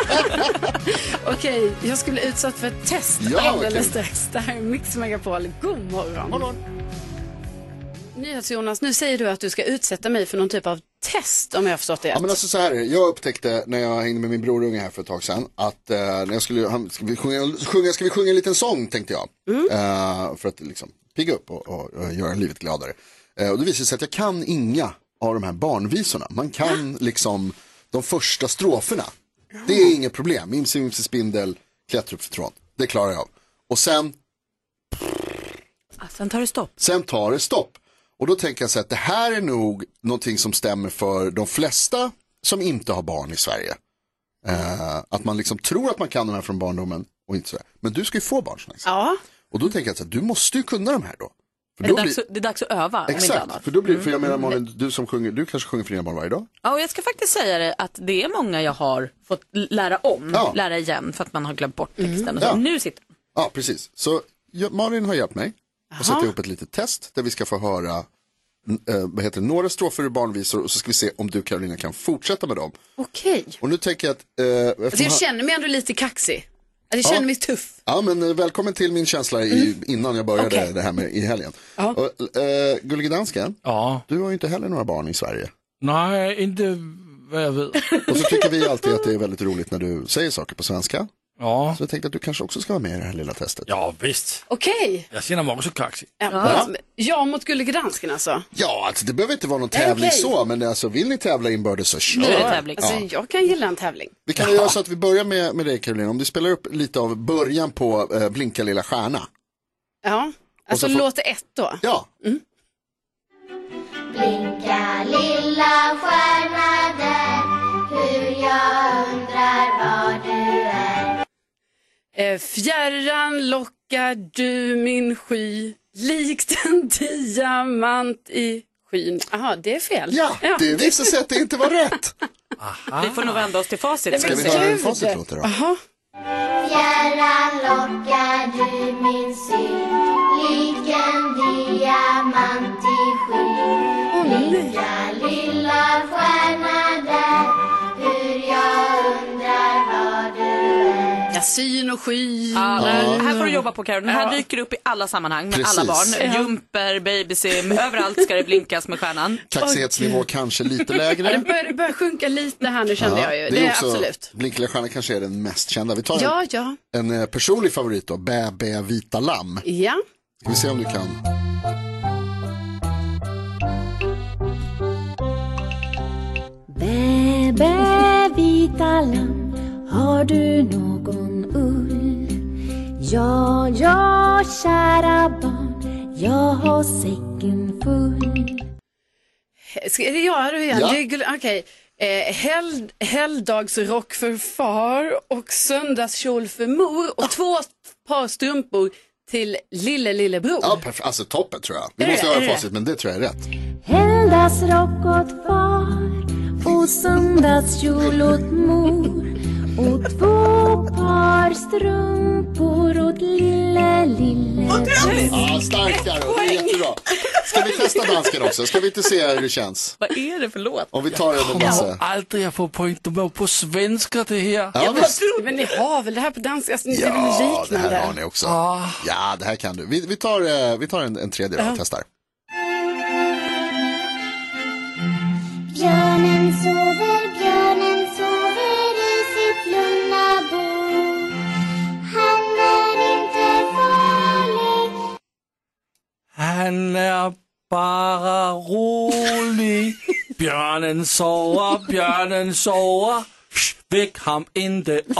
Speaker 2: Okej, jag ska bli utsatt för ett test
Speaker 3: ja,
Speaker 2: alldeles
Speaker 3: okay.
Speaker 2: strax. Det här är Mix Megapol. God morgon.
Speaker 3: God morgon.
Speaker 2: Nyhets Jonas, nu säger du att du ska utsätta mig för någon typ av test, om jag har förstått det rätt.
Speaker 3: Ja, men alltså så här, jag upptäckte när jag hängde med min brorunge här för ett tag sedan att eh, när jag skulle, han, ska, vi sjunga, sjunga, ska vi sjunga en liten sång, tänkte jag. Mm. Eh, för att liksom pigga upp och, och, och göra livet gladare. Eh, och det visade sig att jag kan inga av de här barnvisorna. Man kan liksom de första stroferna. Ja. Det är inget problem. Imse, imse, spindel, klättra upp för tråd. Det klarar jag av. Och sen...
Speaker 4: Ah, sen tar det stopp.
Speaker 3: Sen tar det stopp. Och då tänker jag så att det här är nog någonting som stämmer för de flesta som inte har barn i Sverige. Eh, att man liksom tror att man kan de här från barndomen och inte så här. Men du ska ju få barn.
Speaker 2: Ja.
Speaker 3: Och då tänker jag så att du måste ju kunna de här då.
Speaker 4: För då det, är dags, blir... det är dags att öva.
Speaker 3: Exakt, om inte för då blir, för jag menar Malin, du som sjunger, du kanske sjunger för dina barn varje dag.
Speaker 4: Ja, och jag ska faktiskt säga det att det är många jag har fått lära om, ja. lära igen för att man har glömt bort texten. Mm. Och så. Ja. Nu sitter den.
Speaker 3: Ja, precis. Så jag, Malin har hjälpt mig och sätta ihop ett litet test där vi ska få höra eh, vad heter det, några strofer ur barnvisor och så ska vi se om du, Carolina, kan fortsätta med dem.
Speaker 2: Okej.
Speaker 3: Och nu tänker jag att... Eh,
Speaker 2: alltså jag känner mig ändå lite kaxig. Jag känner ja. mig tuff.
Speaker 3: Ja, men eh, välkommen till min känsla i, mm. innan jag började okay. det här med i helgen. Ja. Och, eh, Gullige dansken, ja. Du har ju inte heller några barn i Sverige.
Speaker 5: Nej, inte vad jag vet.
Speaker 3: Och så tycker vi alltid att det är väldigt roligt när du säger saker på svenska.
Speaker 5: Ja.
Speaker 3: Så jag tänkte att du kanske också ska vara med i det här lilla testet.
Speaker 5: Ja, visst.
Speaker 2: Okej. Okay.
Speaker 5: Jag känner mig också kaxig.
Speaker 2: Ja, ja. ja mot Gullige dansken alltså.
Speaker 3: Ja, alltså, det behöver inte vara någon tävling okay. så, men alltså, vill ni tävla inbördes så kör.
Speaker 2: Nu är det tävling. Alltså, ja. Jag kan gilla en tävling.
Speaker 3: Vi kan ja. göra så att vi börjar med, med dig, Carolina. Om du spelar upp lite av början på eh, Blinka lilla stjärna.
Speaker 2: Ja, alltså får... låter ett då.
Speaker 3: Ja. Mm.
Speaker 14: Blinka lilla stjärna där, hur jag undrar var du är.
Speaker 2: Fjärran lockar du min sky, likt en diamant i skyn. Jaha, det är fel.
Speaker 3: Ja, ja. Det visar sig att det inte var rätt.
Speaker 4: Aha. Vi får nog vända oss till facit.
Speaker 3: Ska vi höra hur facit låter då?
Speaker 2: Aha.
Speaker 14: Fjärran lockar du min syn, lik en diamant i skyn. Blinka lilla stjärna där, hur jag undrar var du är.
Speaker 2: Ja, syn och sky.
Speaker 4: Ja, där, här får du jobba på, Karo. Den här ja. dyker upp i alla sammanhang med Precis. alla barn. Ja. Jumper, babysim, överallt ska det blinkas med stjärnan.
Speaker 3: Kaxighetsnivå kanske lite lägre.
Speaker 2: Ja, det börjar, börjar sjunka lite här nu, kände ja, jag ju. Det är, det är också, absolut.
Speaker 3: Blinka lilla stjärna kanske är den mest kända. Vi tar
Speaker 2: ja,
Speaker 3: en,
Speaker 2: ja.
Speaker 3: en personlig favorit då. Bä, bä, vita lamm.
Speaker 2: Ja.
Speaker 3: Ska vi se om du kan...
Speaker 14: Bä, bä, vita lamm, har du någon ull? Ja, ja, kära barn, jag har säcken full.
Speaker 2: Ska det göra du igen?
Speaker 3: Ja.
Speaker 2: Okej. Okay. Eh, hel, helgdagsrock för far och söndagskjol för mor och ah. två par strumpor till Lille Lillebror.
Speaker 3: Ja, perfekt. Alltså toppen tror jag. Vi måste
Speaker 2: det,
Speaker 3: höra facit, men det tror jag är rätt.
Speaker 14: Heldagsrock åt far och söndagskjol åt mor och två par strumpor åt lille, lille.
Speaker 3: Ja, starkt Karo, det är jättebra. Ska vi testa dansken också? Ska vi inte se hur det känns?
Speaker 4: Vad är det för låt?
Speaker 3: Om vi tar det med
Speaker 5: Jag
Speaker 3: Lasse.
Speaker 5: kommer aldrig att få poäng. De är på svenska det här.
Speaker 3: Ja,
Speaker 2: Ja,
Speaker 3: visst.
Speaker 2: men, men ni har väl det här på danska? Alltså, det är väl
Speaker 3: Ja, det
Speaker 2: liknande.
Speaker 3: här har ni också. Ja, det här kan du. Vi, vi tar, eh, vi tar en, en tredje då och testar.
Speaker 14: Björnen sover, björnen sover i sitt lugna bo. Han är inte farlig.
Speaker 5: Han är bara rolig. Björnen sover, björnen sover. Väck ham inte upp.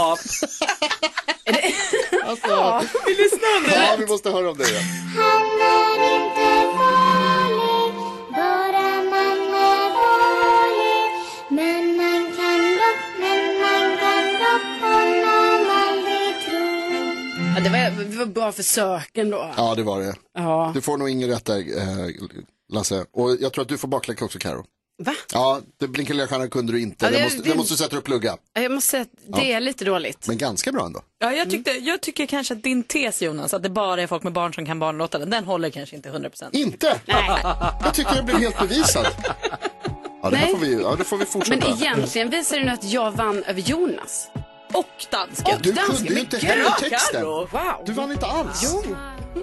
Speaker 3: Alltså,
Speaker 2: vi lyssnar.
Speaker 3: Ja, vi måste höra om det. Ja.
Speaker 14: Han är inte farlig, bara man är dålig. Men man kan dock, men man kan dock honom aldrig tro.
Speaker 2: Ja, det, var, det var bra försöken då.
Speaker 3: Ja, det var det.
Speaker 2: Ja.
Speaker 3: Du får nog ingen rätt där, eh, Lasse. Och jag tror att du får baklägg också, Karo.
Speaker 2: Va?
Speaker 3: Ja, det blinkar lilla stjärnan kunde du inte.
Speaker 2: Ja, det,
Speaker 3: det, måste,
Speaker 2: det,
Speaker 3: det måste du sätta upp plugga.
Speaker 2: Jag måste säga att det
Speaker 3: Ja.
Speaker 2: är lite dåligt.
Speaker 3: Men ganska bra ändå.
Speaker 4: Ja, jag, tyckte, jag tycker kanske att din tes, Jonas, att det bara är folk med barn som kan barnlåta den, den håller kanske inte hundra procent.
Speaker 3: Inte?
Speaker 2: Nej.
Speaker 3: Jag tycker det blir helt bevisad. Ja, det här
Speaker 2: Nej.
Speaker 3: får vi, ja, det får vi fortsätta.
Speaker 2: Men egentligen visar det nu att jag vann över Jonas.
Speaker 4: Och dansken.
Speaker 3: Du
Speaker 2: dansken,
Speaker 3: kunde ju
Speaker 2: men
Speaker 3: inte
Speaker 2: gud,
Speaker 3: heller texten.
Speaker 2: Wow.
Speaker 3: Du vann inte alls.
Speaker 2: Jo.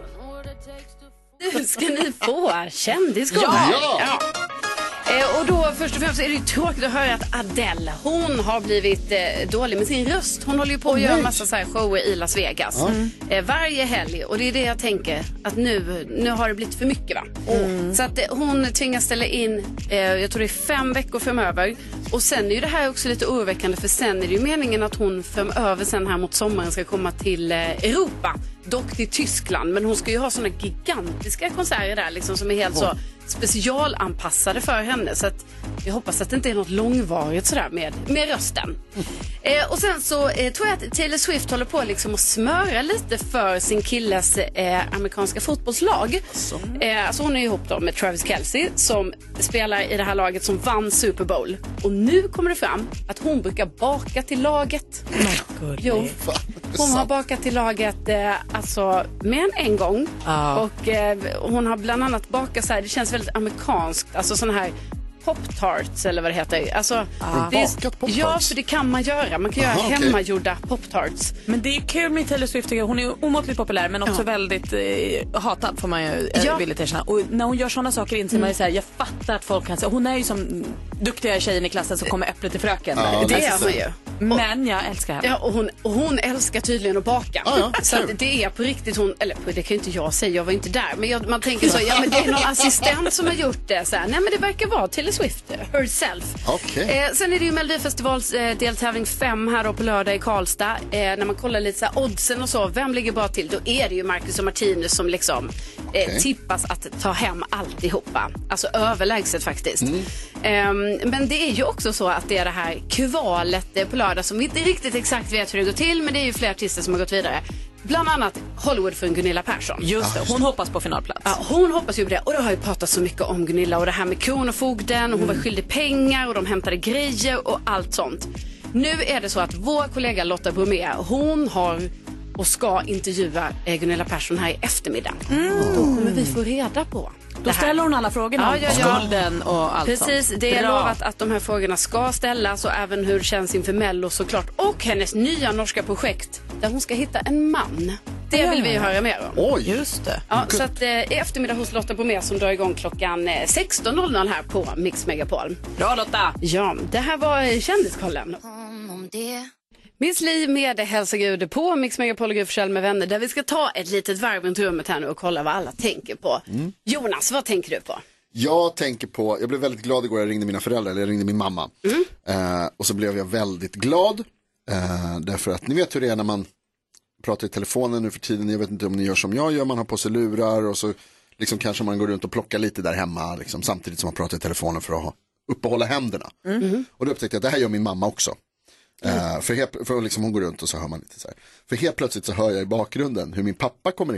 Speaker 2: Nu ska ni få kändisskap.
Speaker 3: Ja.
Speaker 2: ja. Eh, och då först och främst är det ju tråkigt att höra att Adele, hon har blivit eh, dålig med sin röst. Hon håller ju på att
Speaker 3: oh,
Speaker 2: göra
Speaker 3: nej.
Speaker 2: massa så här shower i Las Vegas. Mm. Eh, varje helg. Och det är det jag tänker, att nu, nu har det blivit för mycket va? Mm. Så att eh, hon tvingas ställa in, eh, jag tror det är fem veckor framöver. Och sen är ju det här också lite oroväckande, för sen är det ju meningen att hon framöver sen här mot sommaren ska komma till eh, Europa. Dock till Tyskland, men hon ska ju ha såna gigantiska konserter där liksom, som är helt oh. så specialanpassade för henne. Så att jag hoppas att det inte är något långvarigt sådär med, med rösten. Eh, och sen så eh, tror jag att Taylor Swift håller på liksom att smöra lite för sin killes eh, amerikanska fotbollslag. Så. Eh, alltså hon är ihop då med Travis Kelce som spelar i det här laget som vann Super Bowl. Och nu kommer det fram att hon brukar baka till laget.
Speaker 4: Oh,
Speaker 2: jo, hon har bakat till laget eh, alltså mer än en gång. Ah. Och eh, hon har bland annat bakat så här, det känns väldigt amerikanskt, alltså sån här Pop-tarts eller vad det heter. Alltså,
Speaker 3: ah.
Speaker 2: det är, ja, för det kan man göra. Man kan Aha, göra hemmagjorda okay. Pop-tarts.
Speaker 4: Men det är kul med Taylor Swift. Hon är omåttligt populär men också ja. väldigt eh, hatad får man ju eh, ja. villigt erkänna. Och när hon gör sådana saker in så mm. man är så här, jag fattar att folk kan säga, hon är ju som duktiga tjejen i klassen som kommer äpplet till fröken.
Speaker 2: Ja, det är hon ju.
Speaker 4: Men jag älskar henne.
Speaker 2: Ja, och hon, och hon älskar tydligen att baka. Ah, ja. Så att det är på riktigt hon, eller det kan ju inte jag säga, jag var inte där. Men jag, man tänker så, ja men det är någon assistent som har gjort det. Så här, nej men det verkar vara Taylor Swift herself.
Speaker 3: Okay.
Speaker 2: Eh, sen är det ju Melodifestivals eh, deltävling fem här då på lördag i Karlstad. Eh, när man kollar lite så här, oddsen och så, vem ligger bra till? Då är det ju Marcus och Martinus som liksom eh, okay. tippas att ta hem alltihopa. Alltså överlägset faktiskt. Mm. Eh, men det är ju också så att det är det här kvalet eh, på lördag som vi inte riktigt exakt vet hur det går till, men det är ju flera artister som har gått vidare. Bland annat Hollywood för Gunilla Persson.
Speaker 4: Just det, hon hoppas på finalplats.
Speaker 2: Ja, hon hoppas ju på det. Och det har ju pratat så mycket om Gunilla och det här med kronofogden. Och hon mm. var skyldig pengar och de hämtade grejer och allt sånt. Nu är det så att vår kollega Lotta Bromé, hon har och ska intervjua Gunilla Persson här i eftermiddag. Mm. Och då kommer vi få reda på.
Speaker 4: Då ställer hon alla frågorna
Speaker 2: ja, ja, ja.
Speaker 4: om skulden och allt
Speaker 2: Precis,
Speaker 4: sånt.
Speaker 2: det är lovat att de här frågorna ska ställas och även hur det känns inför Mello såklart. Och hennes nya norska projekt där hon ska hitta en man. Det vill vi höra mer om.
Speaker 3: Oj,
Speaker 4: just det.
Speaker 2: Ja, så att eh, i eftermiddag hos Lotta Bromé som drar igång klockan eh, sexton noll noll här på Mix Megapol.
Speaker 4: Bra Lotta!
Speaker 2: Ja, det här var kändiskollen. Om det... Miss Li med Hälsa Gud på Mix Megapol och Gud Forssell med vänner där vi ska ta ett litet varv runt rummet här nu och kolla vad alla tänker på. Mm. Jonas, vad tänker du på?
Speaker 3: Jag tänker på, jag blev väldigt glad igår, jag ringde mina föräldrar, eller jag ringde min mamma. Mm. Eh, och så blev jag väldigt glad. Eh, därför att ni vet hur det är när man pratar i telefonen nu för tiden. Jag vet inte om ni gör som jag gör, man har på sig lurar och så liksom kanske man går runt och plockar lite där hemma liksom, samtidigt som man pratar i telefonen för att ha, uppehålla händerna. Mm. Och då upptäckte jag att det här gör min mamma också. Mm. Uh, för helt, för liksom hon går runt och så hör man lite så här. För helt plötsligt så hör jag i bakgrunden hur min pappa kommer in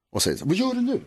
Speaker 3: och säger så, vad gör du nu?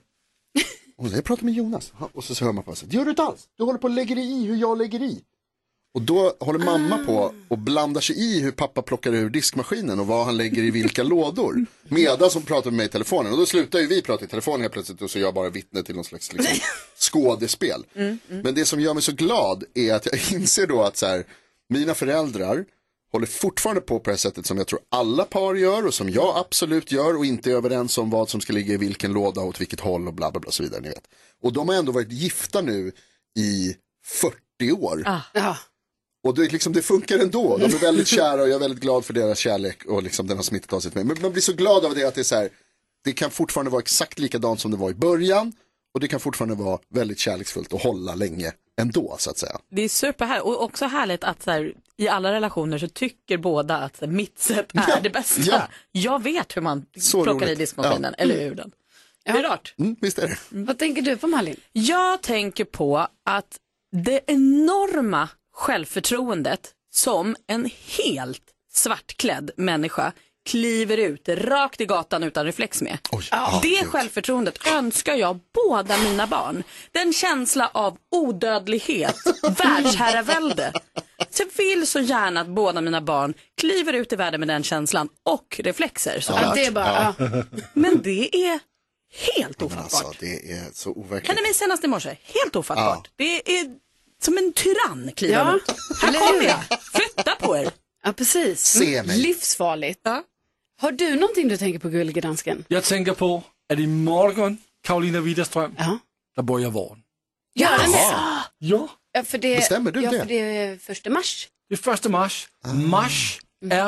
Speaker 3: Och så, jag pratar med Jonas. Och så hör man på sig, det gör du inte alls. Du håller på och lägger i hur jag lägger i. Och då håller mamma på och blandar sig i hur pappa plockar ur diskmaskinen och vad han lägger i vilka lådor. Medan som pratar med mig i telefonen. Och då slutar ju vi prata i telefonen helt plötsligt och så är jag bara vittne till någon slags liksom, skådespel. Mm, mm. Men det som gör mig så glad är att jag inser då att så här, mina föräldrar håller fortfarande på på det sättet som jag tror alla par gör och som jag absolut gör och inte är överens om vad som ska ligga i vilken låda och åt vilket håll och bla bla bla och så vidare, ni vet. Och de har ändå varit gifta nu i fyrtio år. Ah. Ja. Och det, liksom, det funkar ändå. De är väldigt kära och jag är väldigt glad för deras kärlek och liksom, den har smittat av sig med. Men man blir så glad av det att det är så här, det kan fortfarande vara exakt likadant som det var i början och det kan fortfarande vara väldigt kärleksfullt och hålla länge ändå, så att säga. Det är superhärligt och också härligt att så här, i alla relationer så tycker båda att så här, mitt sätt är ja, det bästa. Ja. Jag vet hur man så plockar roligt. I diskmaskinen ja. Eller ur den. Ja. Det är rart. Mm, visst är det.
Speaker 2: Mm. Vad tänker du på, Malin?
Speaker 4: Jag tänker på att det enorma självförtroendet som en helt svartklädd människa kliver ut rakt i gatan utan reflex med. Oj, oh, det Gud. Självförtroendet önskar jag båda mina barn. Den känsla av odödlighet, världsherravälde. Så jag vill så gärna att båda mina barn kliver ut i världen med den känslan och reflexer. Så
Speaker 2: ja, det är bara,
Speaker 4: ja. Men det är helt ofattbart.
Speaker 3: Alltså, det är så overkligt.
Speaker 4: Kan det mig senast i morse? Helt ofattbart. Ja. Det är som en tyrann kliver ja. Ut. Här kommer jag. Flytta på er.
Speaker 2: Ja, precis.
Speaker 3: Se mig.
Speaker 2: Livsfarligt. Ja. Har du någonting du tänker på, gullige dansken?
Speaker 5: Jag tänker på att imorgon, Karolina Widerström, ja. Där börjar våren.
Speaker 2: Gör den det?
Speaker 5: Ja.
Speaker 2: Ja, för det,
Speaker 3: bestämmer du
Speaker 2: ja,
Speaker 3: det?
Speaker 2: För det är första mars.
Speaker 5: Det är första mars. Ah. Mars är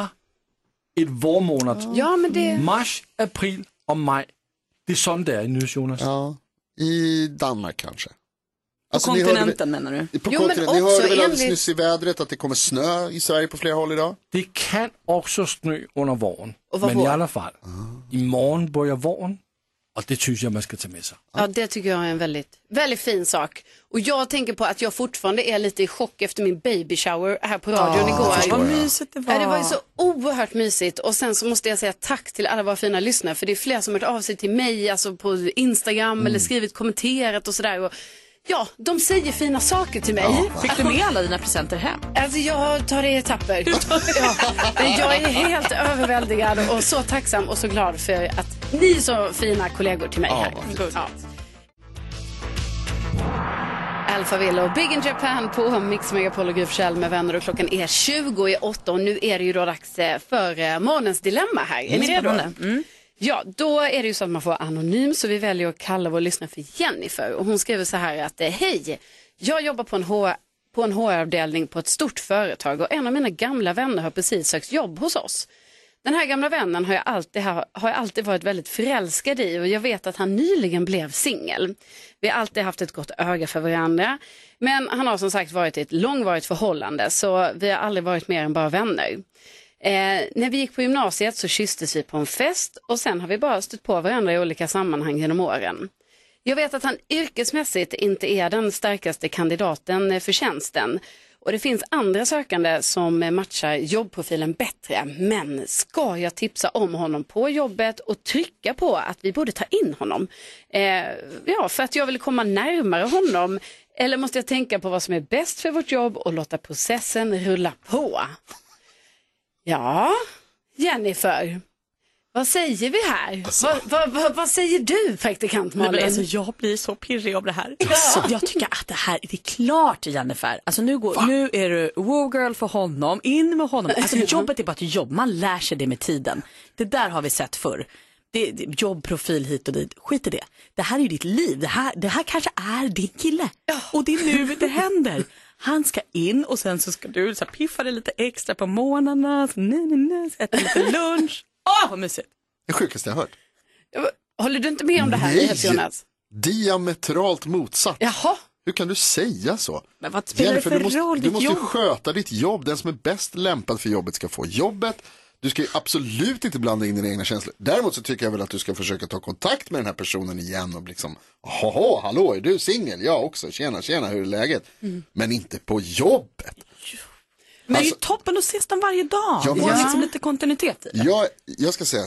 Speaker 5: ett vårmånad.
Speaker 2: Ja, men det...
Speaker 5: Mars, april och maj. Det är sånt där i nu, Jonas.
Speaker 3: Ja, i Danmark kanske.
Speaker 4: På alltså, kontinenten menar du?
Speaker 3: På jo, kontinenten. Ni hörde väl alldeles nyss i vädret att det kommer snö i Sverige på flera håll idag?
Speaker 5: Det kan också snö under våren. Men i alla fall, ah. imorgon börjar våren. Och det tycker jag man ska ta med sig.
Speaker 2: Ja, det tycker jag är en väldigt, väldigt fin sak. Och jag tänker på att jag fortfarande är lite i chock efter min baby shower här på radion ah, igår.
Speaker 4: Vad mysigt det var.
Speaker 2: Ja, det var ju så oerhört mysigt. Och sen så måste jag säga tack till alla våra fina lyssnare. För det är flera som har hört av sig till mig, alltså på Instagram mm. eller skrivit, kommenterat och sådär. Och ja, de säger fina saker till mig.
Speaker 4: Ja. Fick du med alla dina presenter hem?
Speaker 2: Alltså jag tar det i etapper. Ja, men jag är helt överväldigad och så tacksam och så glad för att ni är så fina kollegor till mig här. Ja, ja. Alphaville och Big in Japan på Mix Megapol och Gry Forssell med vänner och klockan är tjugo i åtta och nu är det ju då dags för morgonens dilemma här. Är ni redo? Mm. Ja, då är det ju så att man får anonym så vi väljer att kalla vår lyssnare för Jennifer och hon skriver så här att hej, jag jobbar på en H R, på en H R-avdelning på ett stort företag och en av mina gamla vänner har precis sökt jobb hos oss. Den här gamla vännen har jag alltid, har, har jag alltid varit väldigt förälskad i och jag vet att han nyligen blev singel. Vi har alltid haft ett gott öga för varandra men han har som sagt varit i ett långvarigt förhållande så vi har aldrig varit mer än bara vänner. Eh, när vi gick på gymnasiet så kysstes vi på en fest och sen har vi bara stött på varandra i olika sammanhang genom åren. Jag vet att han yrkesmässigt inte är den starkaste kandidaten för tjänsten och det finns andra sökande som matchar jobbprofilen bättre, men ska jag tipsa om honom på jobbet och trycka på att vi borde ta in honom? Eh, ja, för att jag vill komma närmare honom eller måste jag tänka på vad som är bäst för vårt jobb och låta processen rulla på? Ja, Jennifer, vad säger vi här? Alltså. Vad, vad, vad, vad säger du, praktikant Malin?
Speaker 4: Nej, alltså, jag blir så pirrig av det här. Alltså. Jag tycker att det här är klart, Jennifer. Alltså, nu, går, nu är du woo-girl för honom, in med honom. Alltså, jobbet är bara ett jobb, man lär sig det med tiden. Det där har vi sett förr. Det, det, jobbprofil hit och dit, skit i det. Det här är ju ditt liv, det här, det här kanske är din kille. Och det är nu det händer. Han ska in och sen så ska du så här, piffa det lite extra på morgnarna. Så, nej, nej, nej, så äta lite lunch. Åh, oh, vad mysigt.
Speaker 3: Det sjukaste jag hört.
Speaker 2: Håller du inte med om det här,
Speaker 3: nej,
Speaker 2: Jonas?
Speaker 3: Diametralt motsatt.
Speaker 2: Jaha.
Speaker 3: Hur kan du säga så?
Speaker 4: Men vad spelar Jennifer, det för
Speaker 3: du måste,
Speaker 4: roll?
Speaker 3: Du måste jobb? sköta ditt jobb. Den som är bäst lämpad för jobbet ska få jobbet. Du ska ju absolut inte blanda in dina egna känslor. Däremot så tycker jag väl att du ska försöka ta kontakt med den här personen igen och liksom, jaha, hallå, är du singel? Jag också, tjena, tjena, hur är läget? Mm. Men inte på jobbet.
Speaker 4: Men alltså, det är ju toppen att ses dem varje dag.
Speaker 3: Ja,
Speaker 4: det är liksom lite kontinuitet i det.
Speaker 3: Jag, jag ska säga så här,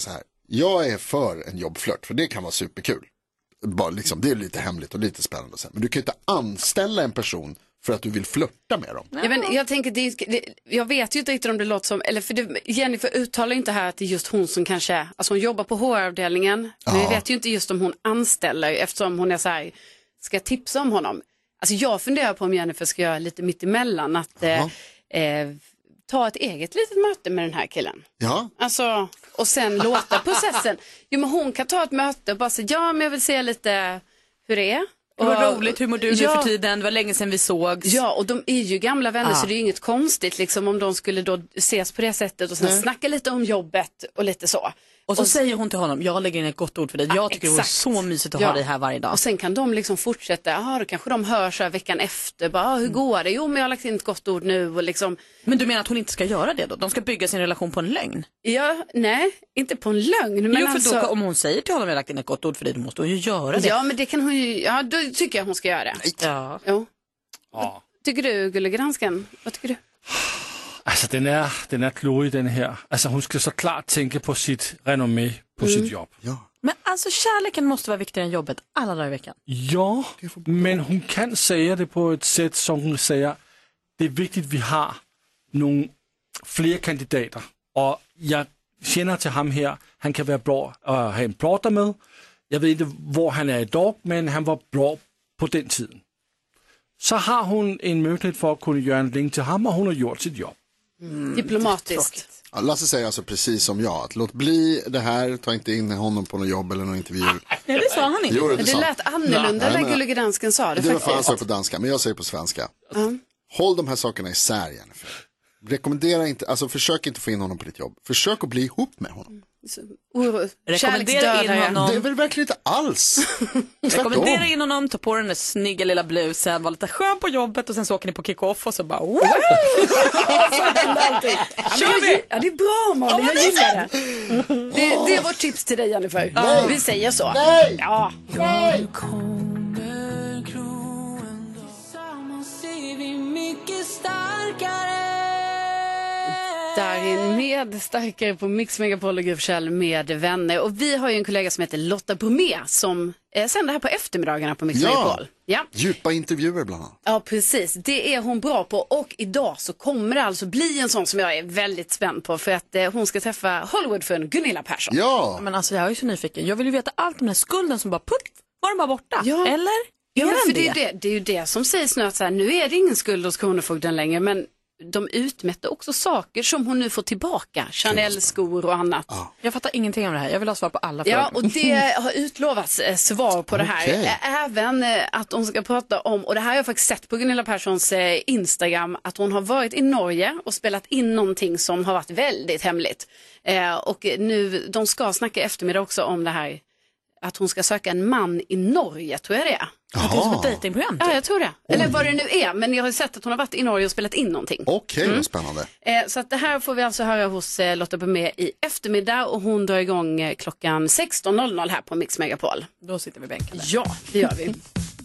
Speaker 3: Jag är för en jobbflört, för det kan vara superkul. Bara liksom, det är lite hemligt och lite spännande. Men du kan ju inte anställa en person för att du vill flirta med dem.
Speaker 2: Ja, men jag tänker, det, det, jag vet ju inte riktigt om det låter som, eller för det, Jennifer uttalar ju inte här att det är just hon som kanske, alltså hon jobbar på H R-avdelningen, ja. Men vi vet ju inte just om hon anställer, eftersom hon är så här, ska jag tipsa om honom? Alltså jag funderar på om Jennifer ska göra lite mittemellan, att eh, eh, ta ett eget litet möte med den här killen.
Speaker 3: Ja.
Speaker 2: Alltså, och sen låta processen. Jo, men hon kan ta ett möte och bara säga, ja men jag vill se lite hur det är.
Speaker 4: Och vad roligt, hur mår du ja. nu för tiden? Det var länge sedan vi sågs.
Speaker 2: Ja, och de är ju gamla vänner,
Speaker 4: ah.
Speaker 2: så det är inget konstigt liksom, om de skulle då ses på det sättet och sen Nej. snacka lite om jobbet och lite så.
Speaker 4: Och så och säger hon till honom, jag lägger in ett gott ord för dig. Jag
Speaker 2: ah,
Speaker 4: tycker exakt. det är så mysigt att
Speaker 2: ja.
Speaker 4: ha dig här varje dag.
Speaker 2: Och sen kan de liksom fortsätta, ja då kanske de hör så här veckan efter, bara, hur går det? Jo, men jag har lagt in ett gott ord nu och liksom.
Speaker 4: Men du menar att hon inte ska göra det då? De ska bygga sin relation på en lögn?
Speaker 2: Ja, nej, inte på en lögn. Men
Speaker 4: jo, för
Speaker 2: alltså...
Speaker 4: då, om hon säger till honom, jag har lagt in ett gott ord för dig, då måste hon ju göra det.
Speaker 2: Ja, men det kan hon ju, ja då tycker jag hon ska göra det.
Speaker 4: Ja.
Speaker 2: Jo. Ja. Tycker du, Gullige Dansken? Vad tycker du?
Speaker 5: Alltså den är, den är klurig den här. Alltså hon ska såklart tänka på sitt renommé, på mm. sitt jobb.
Speaker 3: Ja.
Speaker 4: Men alltså kärleken måste vara viktigare än jobbet alla dagar i veckan.
Speaker 5: Ja, men hon kan säga det på ett sätt som hon säger, det är viktigt vi har några fler kandidater. Och jag känner till ham här, han kan vara bra att ha en prata med. Jag vet inte var han är idag, men han var bra på den tiden. Så har hon en möjlighet för att kunna göra en länk till ham och hon har gjort sitt jobb.
Speaker 2: Mm, diplomatiskt.
Speaker 3: Ja, Lasse säger alltså precis som jag, att låt bli det här, ta inte in honom på något jobb eller någon intervju.
Speaker 4: Nej, det sa han inte.
Speaker 3: Jo, det,
Speaker 2: det,
Speaker 3: det
Speaker 2: lät annorlunda när Gullige Dansken sa det.
Speaker 3: Det var fan så på danska, men jag säger på svenska. Mm. Håll de här sakerna isär, Jennifer. Rekommendera inte, alltså försök inte få in honom på ditt jobb. Försök att bli ihop med honom.
Speaker 2: Mm.
Speaker 4: Rekommendera in honom.
Speaker 3: Det är väl verkligen inte alls.
Speaker 4: Rekommendera in honom, ta på den där snygga lilla blusen, var lite skön på jobbet och sen så åker ni på kick-off och så bara wow!
Speaker 2: Kör vi! Ja, det är bra, Malin, jag gillar det. det. Det är vårt tips till dig, Jennifer. Nej. Vi säger så.
Speaker 3: Nej!
Speaker 2: Ja.
Speaker 3: Nej!
Speaker 2: Darin med starkare på Mix Megapol och Gryfskäll med vänner. Och vi har ju en kollega som heter Lotta Bromé som eh, sänder här på eftermiddagarna på Mix
Speaker 3: ja.
Speaker 2: Megapol. Ja,
Speaker 3: djupa intervjuer bland annat.
Speaker 2: Ja, precis. Det är hon bra på. Och idag så kommer det alltså bli en sån som jag är väldigt spänd på. För att eh, hon ska träffa Hollywoodfrun Gunilla Persson.
Speaker 3: Ja.
Speaker 4: Men alltså jag är ju så nyfiken. Jag vill ju veta allt om den här skulden som bara putt, var den bara borta?
Speaker 2: Ja.
Speaker 4: Eller?
Speaker 2: Ja, men för
Speaker 4: det?
Speaker 2: det, är det, det är ju det som sägs nu att så här, nu är det ingen skuld hos kronofogden längre, men de utmätte också saker som hon nu får tillbaka. Chanel-skor och annat.
Speaker 3: Ja.
Speaker 4: Jag fattar ingenting om det här. Jag vill ha svar på alla frågor.
Speaker 2: Ja, och det har utlovats eh, svar på det här.
Speaker 3: Okay.
Speaker 2: Även eh, att hon ska prata om, och det här har jag faktiskt sett på Gunilla Perssons eh, Instagram, att hon har varit i Norge och spelat in någonting som har varit väldigt hemligt. Eh, och nu, de ska snacka eftermiddag också om det här, att hon ska söka en man i Norge, tror jag det är.
Speaker 4: Att det är som ett dejtingprogram.
Speaker 2: Ja, jag tror det. Eller Oj. vad det nu är. Men jag har sett att hon har varit i Norge och spelat in någonting.
Speaker 3: Okej, okay, mm. spännande.
Speaker 2: Eh, så att det här får vi alltså höra hos eh, Lotta Bromé i eftermiddag. Och hon drar igång eh, klockan sexton noll noll här på Mix Megapol.
Speaker 4: Då sitter vi i bänken.
Speaker 2: Ja, det gör vi.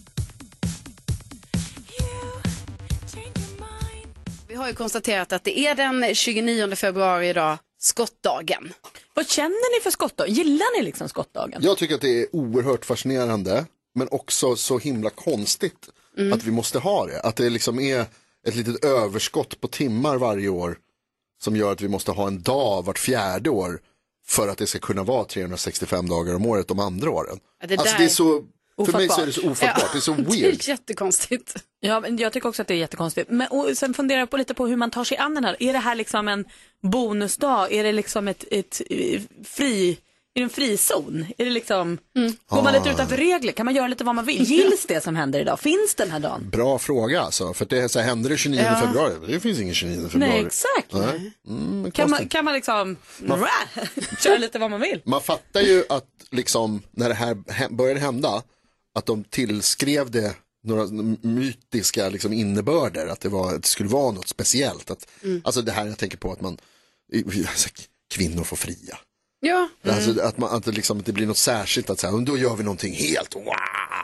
Speaker 2: Vi har ju konstaterat att det är den tjugonionde februari idag, skottdagen.
Speaker 4: Vad känner ni för skottdagen? Gillar ni liksom skottdagen?
Speaker 3: Jag tycker att det är oerhört fascinerande, men också så himla konstigt mm. att vi måste ha det. Att det liksom är ett litet överskott på timmar varje år som gör att vi måste ha en dag vart fjärde år för att det ska kunna vara trehundrasextiofem dagar om året de andra åren. Ja, det, alltså, det är så... För mig så är det så ofattbart, ja, det är så weird.
Speaker 2: Det är jättekonstigt.
Speaker 4: Ja, men jag tycker också att det är jättekonstigt. Men och sen funderar jag på lite på hur man tar sig an den här. Är det här liksom en bonusdag? Är det liksom ett, ett fri, är det en frizon? Är det liksom, mm. går man lite utanför regler? Kan man göra lite vad man vill? Gills det som händer idag? Finns den här dagen?
Speaker 3: Bra fråga alltså, för det är så här, händer det tjugonionde ja. februari? Det finns ingen tjugonionde februari.
Speaker 4: Nej, exakt.
Speaker 3: Nej. Mm,
Speaker 4: kan, man, kan man liksom man, köra lite vad man vill?
Speaker 3: Man fattar ju att liksom när det här började hända, att de tillskrev det några mytiska liksom innebörder, att det, var, att det skulle vara något speciellt. Att, mm. Alltså det här jag tänker på att man, alltså, kvinnor får fria.
Speaker 2: Ja.
Speaker 3: Mm. Alltså, att, man, att, det liksom, att det blir något särskilt, att säga, då gör vi någonting helt wow.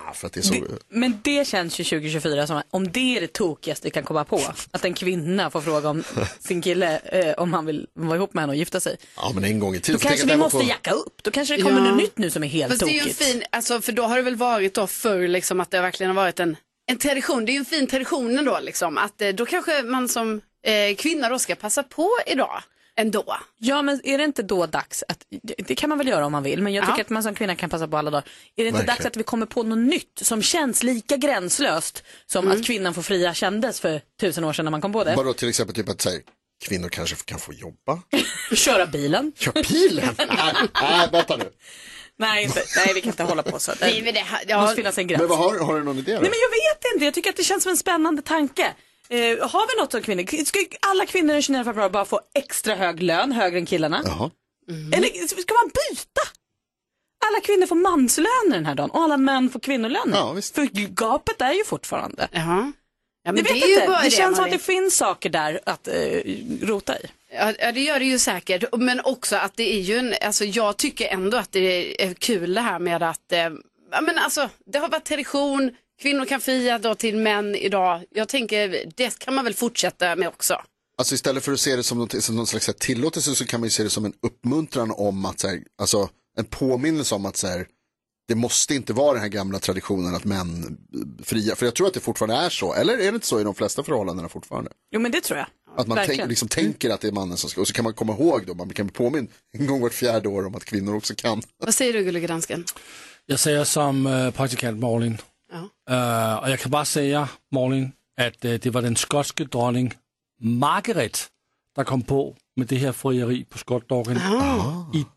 Speaker 3: för att det är så...
Speaker 4: det, men det känns ju tjugo tjugofyra som om det är det tokigaste vi kan komma på. Att en kvinna får fråga om sin kille eh, om han vill vara ihop med henne och gifta sig.
Speaker 3: Ja, men en gång i tiden.
Speaker 4: Då kanske vi måste på... jacka upp. Då kanske det kommer ja. något nytt nu som är helt
Speaker 2: Fast
Speaker 4: tokigt.
Speaker 2: Det är ju en fin, alltså, för då har det väl varit då förr liksom, att det verkligen har varit en, en tradition. Det är ju en fin tradition ändå liksom, att eh, då kanske man som eh, kvinna då ska passa på idag. Ändå.
Speaker 4: Ja, men är det inte då dags att, det kan man väl göra om man vill, men jag tycker ja. att man som kvinna kan passa på alla dagar. Är det inte Verkligen. dags att vi kommer på något nytt som känns lika gränslöst som mm. att kvinnan får fria kändes för tusen år sedan när man kom på det?
Speaker 3: Vadå, till exempel typ att säga, kvinnor kanske kan få jobba?
Speaker 4: Köra bilen?
Speaker 3: Köra bilen? nej, nej, vänta nu.
Speaker 4: Nej, inte, nej, vi kan inte hålla på så. Det,
Speaker 2: nej, men det,
Speaker 4: ja. måste finnas en gräns.
Speaker 3: Men vad har, har du någon idé då?
Speaker 4: Nej, men jag vet inte, jag tycker att det känns som en spännande tanke. Uh, har vi något som kvinnor? Ska alla kvinnor den tjugonionde februari bara få extra hög lön, högre än killarna?
Speaker 3: Jaha.
Speaker 4: Mm. Eller ska man byta? Alla kvinnor får manslöner den här dagen och alla män får kvinnolöner.
Speaker 3: Ja, visst.
Speaker 4: För gapet är ju fortfarande.
Speaker 2: Jaha. Ja, men
Speaker 4: jag
Speaker 2: det,
Speaker 4: vet
Speaker 2: är
Speaker 4: inte.
Speaker 2: ju bara
Speaker 4: det
Speaker 2: det
Speaker 4: känns som
Speaker 2: det.
Speaker 4: att det finns saker där att uh, rota i.
Speaker 2: Ja, ja, det gör det ju säkert. Men också att det är ju en, alltså jag tycker ändå att det är kul det här med att, eh, ja men alltså det har varit tradition. Kvinnor kan fria då till män idag. Jag tänker, det kan man väl fortsätta med också.
Speaker 3: Alltså istället för att se det som något, som någon slags tillåtelse så kan man ju se det som en uppmuntran om att, så här, alltså en påminnelse om att så här, det måste inte vara den här gamla traditionen att män fria. För jag tror att det fortfarande är så. Eller är det inte så i de flesta förhållandena fortfarande?
Speaker 4: Jo, men det tror jag.
Speaker 3: Att man tänk, liksom tänker att det är mannen som ska. Och så kan man komma ihåg då, man kan bli påminn en gång vart fjärde år om att kvinnor också kan.
Speaker 2: Vad säger du, Gullige Dansken?
Speaker 5: Jag säger som uh, praktikant Malin. Ja. Uh, och jag kan bara säga, Malin, att uh, det var den skotske dronning Margaret, der kom på med det här frieri på skottdagen
Speaker 2: oh.
Speaker 5: i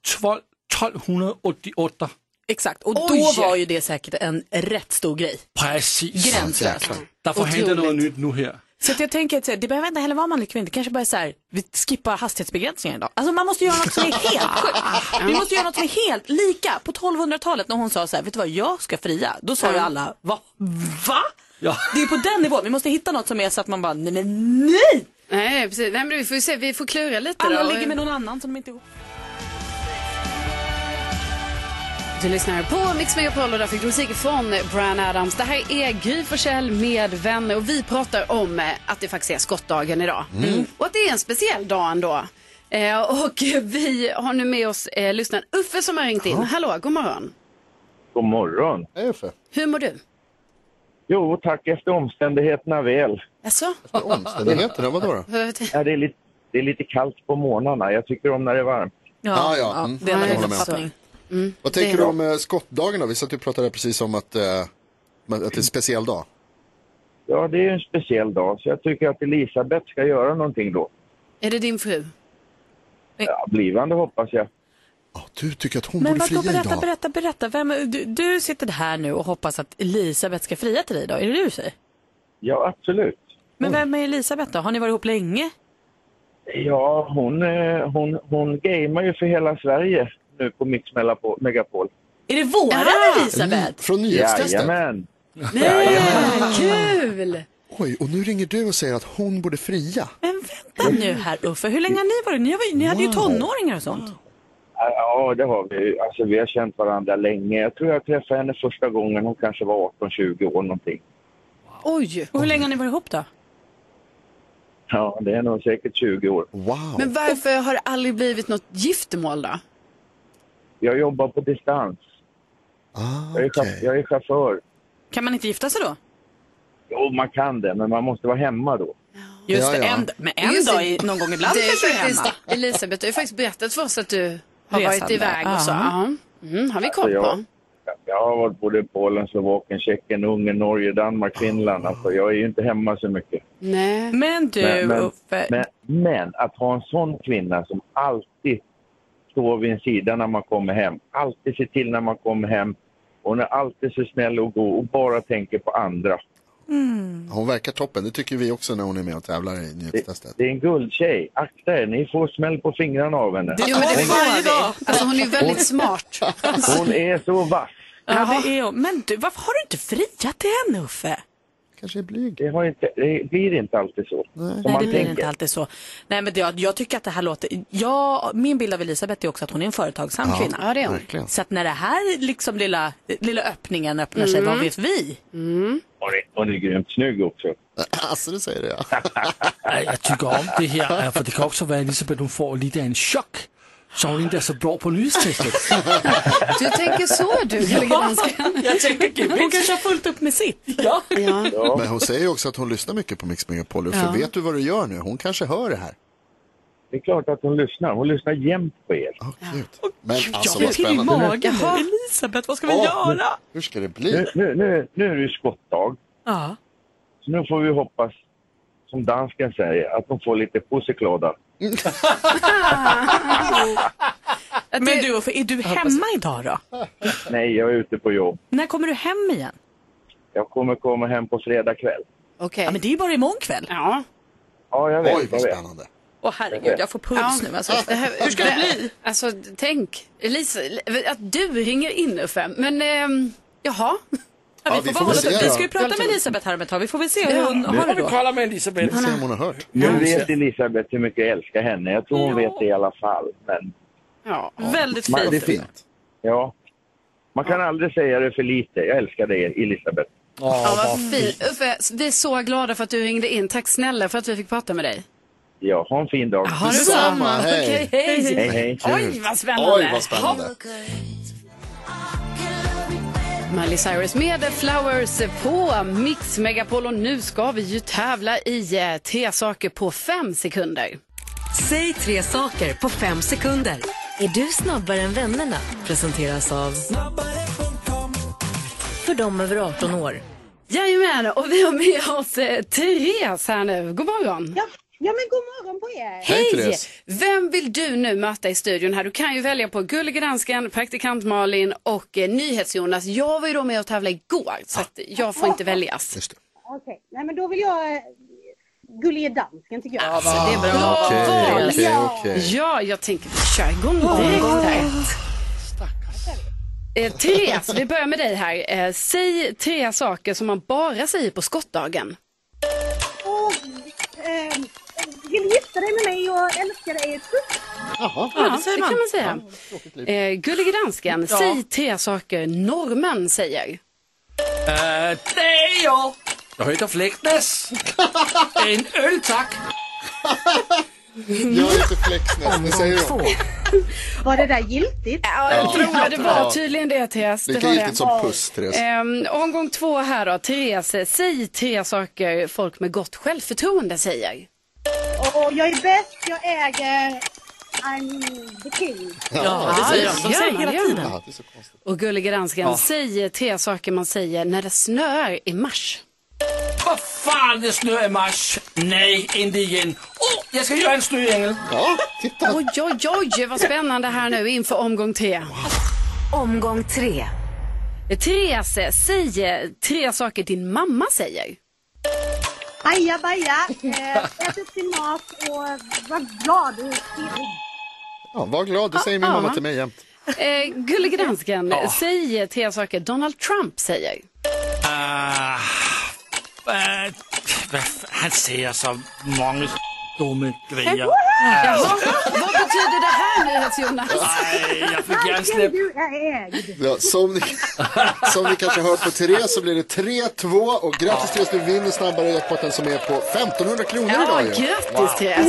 Speaker 5: tolv åttioåtta.
Speaker 4: Exakt, och Oj. då var ju det säkert en rätt stor grej.
Speaker 5: Precis.
Speaker 4: Gränslöst.
Speaker 5: Därför händer något nytt nu här.
Speaker 4: Så att jag tänker att det behöver inte heller vara manlig kvinna. Det kanske bara är så här, vi skippar hastighetsbegränsningar idag. Alltså man måste göra något som är helt sjukt. Vi måste göra något som är helt lika. På tolvhundratalet när hon sa så här, vet du vad, jag ska fria. Då sa ju alla, va? Va? Ja. Det är på den nivån. Vi måste hitta något som är så att man bara, nej men nej!
Speaker 2: Nej, precis. Nej, men vi får se, vi får klura lite
Speaker 4: alla
Speaker 2: då.
Speaker 4: Alla ligger med någon annan som de inte är ihop.
Speaker 2: Du lyssnar på Mix Megapol och där fick du musik från Bryan Adams. Det här är Gry Forssell med vänner och vi pratar om att det faktiskt är skottdagen idag. Mm. Och att det är en speciell dag ändå. Eh, och vi har nu med oss eh, lyssnaren Uffe som har ringt in. Ja. Hallå, god morgon.
Speaker 15: God morgon.
Speaker 3: Hej Uffe.
Speaker 2: Hur mår du?
Speaker 15: Jo, tack efter omständigheterna väl.
Speaker 2: Alltså?
Speaker 3: Efter omständigheterna, vadå då?
Speaker 15: Ja, det, är lite, det är lite kallt på morgnarna. Jag tycker om när det är varmt.
Speaker 2: Ja,
Speaker 3: ah, ja. Mm.
Speaker 2: ja det är en uppfattning.
Speaker 3: Mm. Vad tänker du om uh, skottdagen då? Vi satt och pratade precis om att, uh, att det är en speciell dag.
Speaker 15: Ja, det är en speciell dag. Så jag tycker att Elisabeth ska göra någonting då.
Speaker 2: Är det din fru?
Speaker 15: Ja, blivande hoppas jag.
Speaker 3: Oh, du tycker att hon
Speaker 4: Men
Speaker 3: borde fria
Speaker 4: berätta,
Speaker 3: idag?
Speaker 4: berätta, berätta. Vem, du, du sitter här nu och hoppas att Elisabeth ska fria till dig idag. Är det det du säger?
Speaker 15: Ja, absolut.
Speaker 4: Men mm. vem är Elisabeth då? Har ni varit ihop länge?
Speaker 15: Ja, hon, hon, hon gamer ju för hela Sverige nu på Mix Megapol.
Speaker 4: Är det våran ja. Elisabeth?
Speaker 3: Från nyhetstestet?
Speaker 15: Jajamän.
Speaker 2: Nej, kul!
Speaker 3: Oj, och nu ringer du och säger att hon borde fria.
Speaker 4: Men vänta nu här Uffe, hur länge har ni varit? Ni, har, ni hade ju tonåringar och sånt.
Speaker 15: Ja, det har vi. Alltså vi har känt varandra länge. Jag tror jag träffade henne första gången. Hon kanske var arton tjugo år någonting.
Speaker 2: Oj!
Speaker 4: Och hur länge har ni varit ihop då?
Speaker 15: Ja, det är nog säkert tjugo år.
Speaker 3: Wow.
Speaker 2: Men varför har det aldrig blivit något giftermål då?
Speaker 15: Jag jobbar på distans.
Speaker 3: Ah,
Speaker 15: jag, är
Speaker 3: okay.
Speaker 15: jag är chaufför.
Speaker 4: Kan man inte gifta sig då?
Speaker 15: Jo, man kan det, men man måste vara hemma då.
Speaker 4: Just
Speaker 3: ja,
Speaker 4: det,
Speaker 3: ja.
Speaker 4: en, men en Just dag i, någon gång ibland
Speaker 2: det är
Speaker 4: kanske
Speaker 2: faktiskt, hemma. Elisabeth, du har ju faktiskt berättat för oss att du har
Speaker 4: Resande.
Speaker 2: varit iväg och så. Ja. Mm, har vi koll på?
Speaker 15: Alltså jag, jag har varit både i Polen, Slovakien, Tjeckien, Ungern, Norge, Danmark, Finland. Alltså jag är ju inte hemma så mycket.
Speaker 2: Nej.
Speaker 4: Men du,
Speaker 15: men, men,
Speaker 4: Uffe...
Speaker 15: men, men att ha en sån kvinna som alltid står vid en sida när man kommer hem. Alltid ser till när man kommer hem. Hon är alltid så snäll och god och bara tänker på andra.
Speaker 3: Mm. Hon verkar toppen, det tycker vi också när hon är med och tävlar i nyhetstestet.
Speaker 15: Det, det är en guldtjej, akta er, ni får smäll på fingrarna av henne.
Speaker 2: Det, jo, men det får vi. Alltså hon är väldigt hon, smart.
Speaker 15: Hon är så vass.
Speaker 4: Ja, det är hon. Men du, varför har du inte friat till henne, Uffe?
Speaker 3: kanske är blyg.
Speaker 15: Det, har inte, det blir inte alltid så.
Speaker 4: Nej, Nej det blir tänker. inte alltid så. Nej, men det, jag, jag tycker att det här låter... Ja, min bild av Elisabeth är också att hon är en företagsam
Speaker 3: ja,
Speaker 4: kvinna.
Speaker 3: Ja, det är hon.
Speaker 4: Så att när det här liksom lilla, lilla öppningen öppnar sig, mm. vad vet vi?
Speaker 2: Mm.
Speaker 15: Hon är grymt snygg också.
Speaker 3: Alltså, det säger det, ja.
Speaker 5: Jag tycker om det här, för det kan också vara Elisabeth, hon får lite en chock. Så hon inte är så bra på nyhetstestet.
Speaker 2: Du tänker så, du, Gullegransken.
Speaker 4: Jag tänker, hon kanske har fullt upp med sitt. Ja.
Speaker 2: Ja.
Speaker 3: Ja. Men hon säger också att hon lyssnar mycket på Mix Megapol. För ja. vet du vad du gör nu? Hon kanske hör det här.
Speaker 15: Det är klart att hon lyssnar. Hon lyssnar jämt på er.
Speaker 3: Oh, Gud. Men alltså,
Speaker 4: jag
Speaker 3: vad spännande.
Speaker 4: Magen. Elisabeth, vad ska vi oh, göra?
Speaker 3: Nu, hur ska det bli?
Speaker 15: Nu, nu, nu, nu är det skottdag.
Speaker 4: Ja.
Speaker 15: Så nu får vi hoppas, som dansken säger, att de får lite pusseklådar.
Speaker 4: Men du, är du hemma idag då?
Speaker 15: Nej, jag är ute på jobb.
Speaker 4: När kommer du hem igen?
Speaker 15: Jag kommer komma hem på fredag kväll.
Speaker 4: Okej. Okay. Ja, men det är ju bara imorgon kväll.
Speaker 2: Ja.
Speaker 15: Ja, jag vet.
Speaker 3: Oj, vad spännande.
Speaker 4: Åh oh, herregud, jag får puls ja. nu. Alltså.
Speaker 2: Det här, hur ska det bli? Alltså, tänk, Elisa, att du ringer in Uffe. Men, ähm, jaha.
Speaker 3: Ja, vi, får vi, får
Speaker 4: vi ska ju prata med Elisabeth här om ett tag. Vi får väl se hur hon
Speaker 5: ja.
Speaker 4: har det då.
Speaker 5: Vi kollar med Elisabeth.
Speaker 3: Vi får se om hon har hört.
Speaker 15: Nu vet Elisabeth hur mycket jag älskar henne. Jag tror hon ja. vet det i alla fall. Men...
Speaker 4: Ja, väldigt fint.
Speaker 15: Man, det är fint. Ja. Man kan ja. aldrig säga det för lite. Jag älskar dig, Elisabeth.
Speaker 2: Oh, ja, vad fint. Uffe, vi är så glada för att du ringde in. Tack snälla för att vi fick prata med dig.
Speaker 15: Ja, ha en fin dag.
Speaker 2: Ha det samma. Hej.
Speaker 15: Okay, hej. Hej, hej.
Speaker 2: Oj, vad spännande.
Speaker 3: Oj, vad spännande.
Speaker 2: Miley Cyrus med Flowers på Mix Megapol, och nu ska vi ju tävla i tre saker på fem sekunder.
Speaker 16: Säg tre saker på fem sekunder. Är du snabbare än vännerna? Presenteras av för dem över arton år.
Speaker 2: Jajamän, och vi har med oss eh, Therese här nu. God morgon.
Speaker 17: Ja. Ja, men god morgon på er.
Speaker 2: Hej! Hej. Vem vill du nu möta i studion här? Du kan ju välja på Gullegransken, praktikant Malin och eh, NyhetsJonas. Jag var ju då med och tävla igår, så att jag får inte väljas.
Speaker 17: Okej, okay. Nej men då vill jag eh, Gullige Dansken tycker jag.
Speaker 2: Alltså, det är bra.
Speaker 3: Okej, okej, okej.
Speaker 2: Ja, jag tänker vi kör igång direkt här. Eh, Therese, vi börjar med dig här. Eh, säg tre saker som man bara säger på skottdagen.
Speaker 17: Oh, eh... vill gifta dig med mig och älskar dig.
Speaker 2: Jaha, ja, det, det kan man säga. Ja, eh, Gullige Dansken, ja. Säg tre saker norrmän säger.
Speaker 5: Uh, det är jag. Jag heter Fläcknäs. En öl, tack.
Speaker 3: Jag heter Fläcknäs, det säger de.
Speaker 17: Var det där giltigt?
Speaker 2: Ja, jag tror att det var tydligen det, Therese.
Speaker 3: Det är giltigt som puss, Therese.
Speaker 2: Um, omgång två här då. Therese, säg tre saker folk med gott självförtroende säger.
Speaker 17: Och jag är bäst, jag äger, I'm the king.
Speaker 2: Ja, ja det säger de. De säger hela tiden. Ja, det är så konstigt. Och Gullige Dansken, ja. säger tre saker man säger när det snöar i mars.
Speaker 5: Vad fan, det snöar i mars? Nej, inte igen. Åh, oh, jag ska göra en snöängel.
Speaker 3: Ja, titta.
Speaker 2: Oj, oj, oj, vad spännande här nu inför omgång tre.
Speaker 16: Wow. Omgång tre.
Speaker 2: Therese, säg tre saker din mamma säger.
Speaker 17: Aja, baja, äh, ät upp din mat och var glad och trevlig.
Speaker 3: Ja, var glad, det säger min
Speaker 2: ah,
Speaker 3: mamma
Speaker 2: ah.
Speaker 3: till mig jämt.
Speaker 2: Eh, Gullige Dansken, ah. säg tre saker Donald Trump säger.
Speaker 5: Uh, uh, han säger så många dumma grejer.
Speaker 2: Jaha, vad betyder det här, NyhetsJonas?
Speaker 5: Nej, jag fick gärna släppa.
Speaker 17: Du är ägd.
Speaker 3: Ja, som, ni, som ni kanske har hört på Therese så blir det tre två och grattis Therese, du vinner snabbare jackpotten som är på femtonhundra kronor
Speaker 2: ja,
Speaker 3: idag.
Speaker 2: Ja, grattis Therese.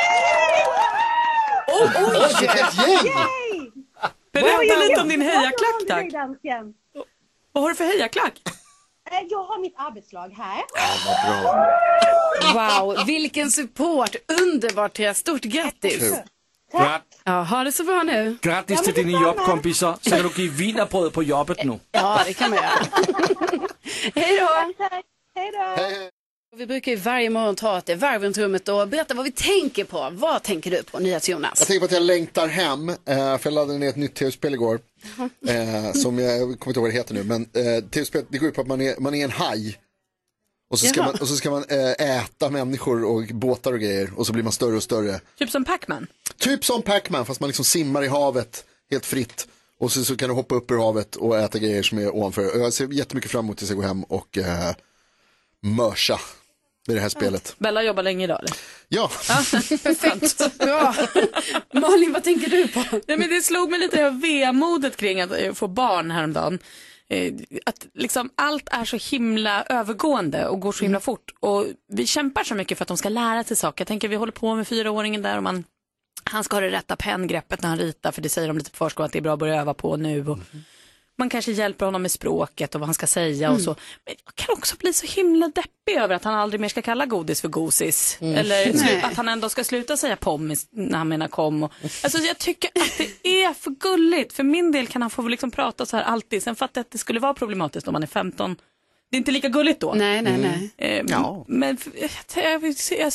Speaker 3: Oj, oj, oj, vilket gäng!
Speaker 4: Berätta lite om din hejaklack, tack. Vad har du för hejaklack?
Speaker 17: Jag har mitt arbetslag här.
Speaker 3: Ja, vad bra.
Speaker 2: Wow, vilken support. Underbart, Therese. Stort grattis.
Speaker 5: Tack.
Speaker 2: Ja, ha det så bra nu.
Speaker 5: Grattis ja, till dina jobbkompisar. Så kan du ge wienerbröd på jobbet nu.
Speaker 2: Ja, det kan man göra. Hej då.
Speaker 17: Hej då.
Speaker 3: Hej.
Speaker 2: Vi brukar ju varje morgon ta ett varv runt rummet och berätta vad vi tänker på. Vad tänker du på, NyhetsJonas?
Speaker 3: Jag tänker på att jag längtar hem, eh, för jag laddade ner ett nytt tv-spel igår. Eh, som jag, jag kommer inte ihåg vad det heter nu, men eh, tv-spel, det går ut på att man är, man är en haj. Och så ska man, och så ska man äh, äta människor och båtar och grejer. Och så blir man större och större.
Speaker 4: Typ som Pac-Man?
Speaker 3: Typ som Pac-Man, fast man liksom simmar i havet helt fritt. Och så, så kan du hoppa upp ur havet och äta grejer som är ovanför. Jag ser jättemycket fram emot tills jag går hem och äh, mörsa i det här spelet.
Speaker 4: Bella jobbar länge idag, eller?
Speaker 3: Ja.
Speaker 2: Perfekt. Bra. Malin, vad tänker du på?
Speaker 4: Nej, men det slog mig lite av vemodet kring att få barn häromdagen. Att liksom allt är så himla övergående och går så himla fort. Och vi kämpar så mycket för att de ska lära sig saker. Jag tänker vi håller på med fyraåringen där och man, han ska ha det rätta penngreppet när han ritar, för det säger de lite på förskolan att det är bra att börja öva på nu. Och man kanske hjälper honom med språket och vad han ska säga och så. Men jag kan också bli så himla deppig över att han aldrig mer ska kalla godis för gosis. Mm. Eller Nej. att han ändå ska sluta säga pommis när han menar kom. Och, alltså jag tycker att det är för gulligt. För min del kan han få liksom prata så här alltid. Sen fattar jag att det skulle vara problematiskt om man är femton. Det är inte lika gulligt då.
Speaker 2: Nej, nej, nej.
Speaker 4: Eh, ja. Men jag, jag, jag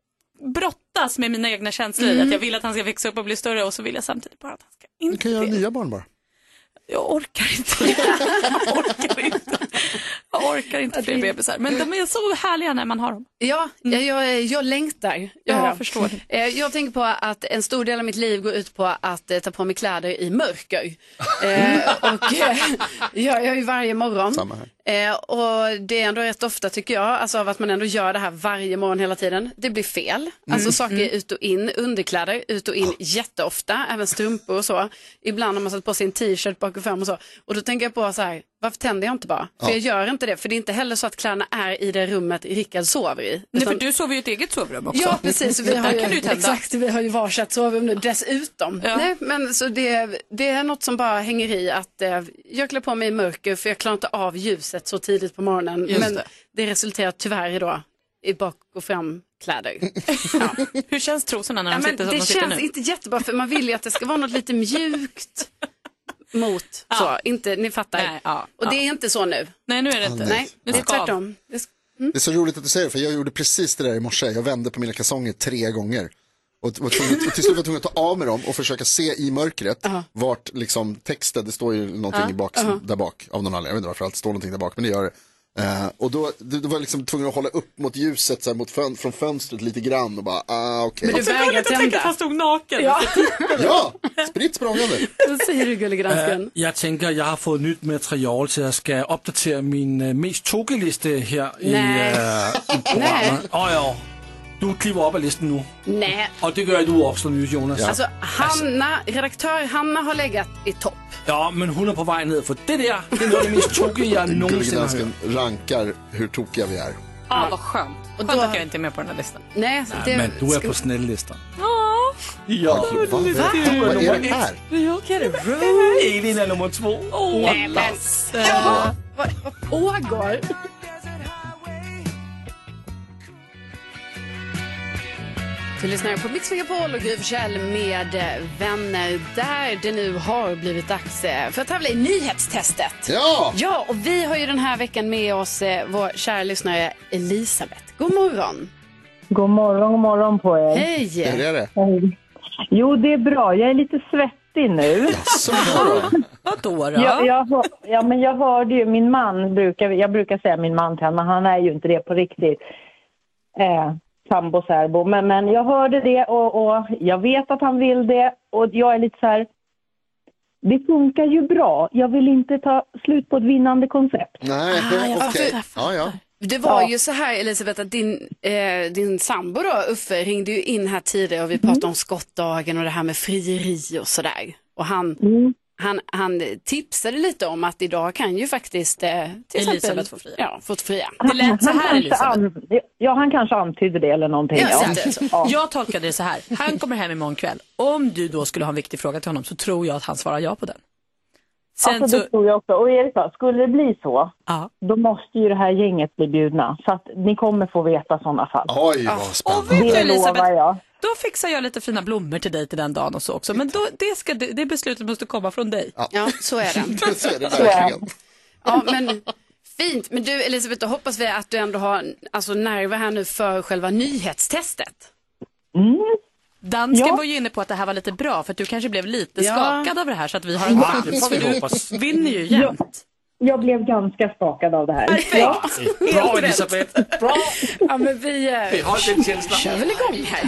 Speaker 4: brottas med mina egna känslor. Mm. Att jag vill att han ska växa upp och bli större och så vill jag samtidigt bara att han ska inte.
Speaker 3: Du kan göra nya barn bara.
Speaker 4: Jag orkar inte. Jag orkar inte. Jag orkar inte fler bebisar. Men de är så härliga när man har dem.
Speaker 2: Ja, jag, jag, jag längtar. Jag,
Speaker 4: jag förstår.
Speaker 2: Jag tänker på att en stor del av mitt liv går ut på att ta på mig kläder i mörker. eh, och eh, jag gör ju varje morgon.
Speaker 3: Samma här.
Speaker 2: Eh, och det är ändå rätt ofta tycker jag, alltså av att man ändå gör det här varje morgon hela tiden. Det blir fel. Mm. Alltså saker mm. ut och in, underkläder ut och in jätteofta, även strumpor och så. Ibland har man satt på sin t-shirt bak och fram och så. Och då tänker jag på så här, varför tänder jag inte bara? För ja. jag gör inte det, för det är inte heller så att kläderna är i det rummet Rickard sover i.
Speaker 4: Nej, för du sover ju i ett eget sovrum också.
Speaker 2: Ja, precis. Vi har ju, exakt, vi har ju varsitt sovrum nu dessutom. Ja. Nej, men så det, det är något som bara hänger i att eh, jag klär på mig i mörker för jag klarar inte av ljuset så tidigt på morgonen. Just men det. det resulterar tyvärr idag i bak och fram kläder.
Speaker 4: Ja. Hur känns trosorna när de ja, sitter som
Speaker 2: de
Speaker 4: sitter nu?
Speaker 2: Det känns inte jättebra för man vill ju att det ska vara något lite mjukt mot ja. så, inte, ni fattar. Nej, ja, och ja. det är inte så nu.
Speaker 4: Nej, nu är det inte.
Speaker 3: Ah,
Speaker 2: nej, nej, det är tvärtom. Det,
Speaker 3: mm. det är så roligt att du säger, för jag gjorde precis det där i morse. Jag vände på mina kalsonger tre gånger. Och, och, och till slut var jag tvungen att ta av med dem och försöka se i mörkret uh-huh. vart liksom texten, det står ju någonting uh-huh. i bak, uh-huh. där bak av någon anledning. Jag vet inte varför det står någonting där bak, men det gör det. Uh, och då, då var jag liksom tvungen att hålla upp mot ljuset så här, mot fön- från fönstret lite grann och bara, ah okej.
Speaker 4: Okay. Men du vägrar tänka att han stod naken.
Speaker 3: Ja, ja spritt språngande.
Speaker 2: Vad säger du, gullegransken? Uh,
Speaker 5: jag tänker, jag har fått nytt material så jag ska uppdatera min uh, mest tokig-lista här i, uh, i programmet. Oh, ja. Du kliver upp av listan nu.
Speaker 2: Nej.
Speaker 5: Och det gör du också nu, Jonas.
Speaker 2: Ja. Alltså, Hanna, redaktör Hanna har legat i topp.
Speaker 5: Ja, men hon är på väg ned, för det där, det är nog det mest tokiga jag någonsin har hört.
Speaker 3: Rankar hur tokiga vi är.
Speaker 4: Ja, ah, vad skönt. Och då att jag inte är med på den här listan.
Speaker 2: Nej,
Speaker 5: Nej
Speaker 2: det...
Speaker 5: men du är på snälllistan.
Speaker 4: Ja.
Speaker 5: Ja.
Speaker 3: Vad va? va? Vad är det här?
Speaker 4: Jag kan det.
Speaker 5: Elin är nummer två.
Speaker 2: Åh, nej, men... Ja. Vad, vad pågår? Du lyssnar på Mix Megapol och Gry Forssell med vänner där det nu har blivit dags för att tävla i nyhetstestet.
Speaker 3: Ja!
Speaker 2: Ja, och vi har ju den här veckan med oss vår kära lyssnare Elisabeth. God morgon.
Speaker 18: God morgon, god morgon på er.
Speaker 2: Hej!
Speaker 3: Hur är det?
Speaker 18: Hej. Jo, det är bra. Jag är lite svettig nu.
Speaker 3: Så då?
Speaker 4: Vadå då?
Speaker 18: Ja, jag, ja, men jag hörde ju, min man brukar, jag brukar säga min man till honom, men han är ju inte det på riktigt. Eh... sambo, särbo. Men, men jag hörde det och, och jag vet att han vill det. Och jag är lite så här, det funkar ju bra. Jag vill inte ta slut på ett vinnande koncept.
Speaker 3: Nej, ah, okej. Okay. Ja, ja.
Speaker 2: Det var
Speaker 18: ja.
Speaker 2: ju så här, Elisabeth, att din, eh, din sambo då, Uffe, ringde ju in här tidigare och vi pratade mm. om skottdagen och det här med frieri och sådär. Och han... Mm. Han, han tipsade lite om att idag kan ju faktiskt eh, till
Speaker 4: Elisabeth
Speaker 2: exempel,
Speaker 4: få fria.
Speaker 2: Ja, fått fria.
Speaker 4: Det lät så här, Elisabeth.
Speaker 18: An, ja, han kanske antydde det eller någonting.
Speaker 4: Ja,
Speaker 18: ja.
Speaker 4: ja. Jag tolkade det så här. Han kommer hem imorgon kväll. Om du då skulle ha en viktig fråga till honom så tror jag att han svarar ja på den.
Speaker 18: Sen alltså, det så... tror jag också. Och Erika, skulle det bli så,
Speaker 4: ja.
Speaker 18: då måste ju det här gänget bli bjudna. Så att ni kommer få veta sådana fall.
Speaker 3: Oj, vad spännande.
Speaker 4: Och vet du, Elisabeth,
Speaker 18: jag.
Speaker 4: då fixar jag lite fina blommor till dig till den dagen och så också. Men då, det, ska, det beslutet måste komma från dig.
Speaker 2: Ja, ja så är det.
Speaker 3: Så är det verkligen.
Speaker 2: Ja, men fint. Men du, Elisabeth, då hoppas vi att du ändå har alltså, nerver här nu för själva nyhetstestet.
Speaker 18: Mm.
Speaker 4: Dansken
Speaker 18: ja.
Speaker 4: var ju inne på att det här var lite bra för att du kanske blev lite
Speaker 2: ja.
Speaker 4: skakad av det här så att vi har en chans för du vinner ju jämt.
Speaker 18: Ja. Jag blev ganska skakad av det här.
Speaker 2: Ja.
Speaker 5: Bra, Elisabeth. Bra.
Speaker 2: Ja, men vi,
Speaker 5: vi har den känslan.
Speaker 2: Kör väl igång här.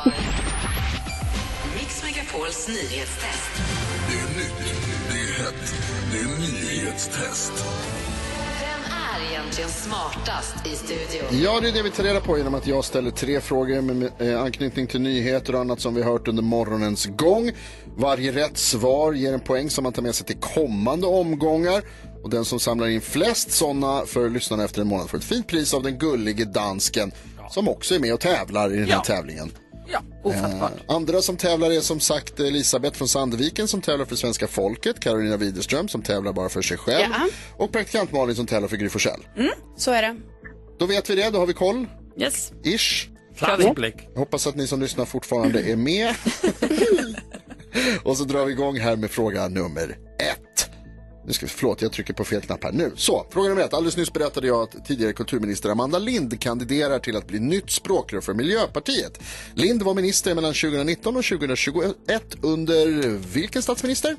Speaker 16: Mix Megapols nyhetstest.
Speaker 6: Det är nytt, det är hett, det är nyhetstest.
Speaker 16: Vem är egentligen egentligen smartast i studion?
Speaker 3: Ja, det är det vi tar reda på genom att jag ställer tre frågor med eh, anknytning till nyheter och annat som vi hört under morgonens gång. Varje rätt svar ger en poäng som man tar med sig till kommande omgångar. Och den som samlar in flest sådana för lyssnarna efter en månad får ett fint pris av den gullige dansken som också är med och tävlar i den här ja. tävlingen.
Speaker 4: Ja, ofattbart.
Speaker 3: Eh, andra som tävlar är som sagt Elisabeth från Sandviken som tävlar för svenska folket, Carolina Widerström som tävlar bara för sig själv
Speaker 2: ja.
Speaker 3: och praktikant Malin som tävlar för Gry Forssell.
Speaker 2: Mm, så är det.
Speaker 3: Då vet vi det, då har vi koll.
Speaker 4: Yes.
Speaker 3: Ish.
Speaker 5: Flaskblick.
Speaker 3: Jag hoppas att ni som lyssnar fortfarande är med. Och så drar vi igång här med fråga nummer ett. Nu ska vi, förlåt, jag trycker på fel knapp här nu. Så, fråga nummer ett. Alldeles nyss berättade jag att tidigare kulturminister Amanda Lind kandiderar till att bli nytt språkrör för Miljöpartiet. Lind var minister mellan tjugonitton och tjugohundratjugoett under vilken statsminister?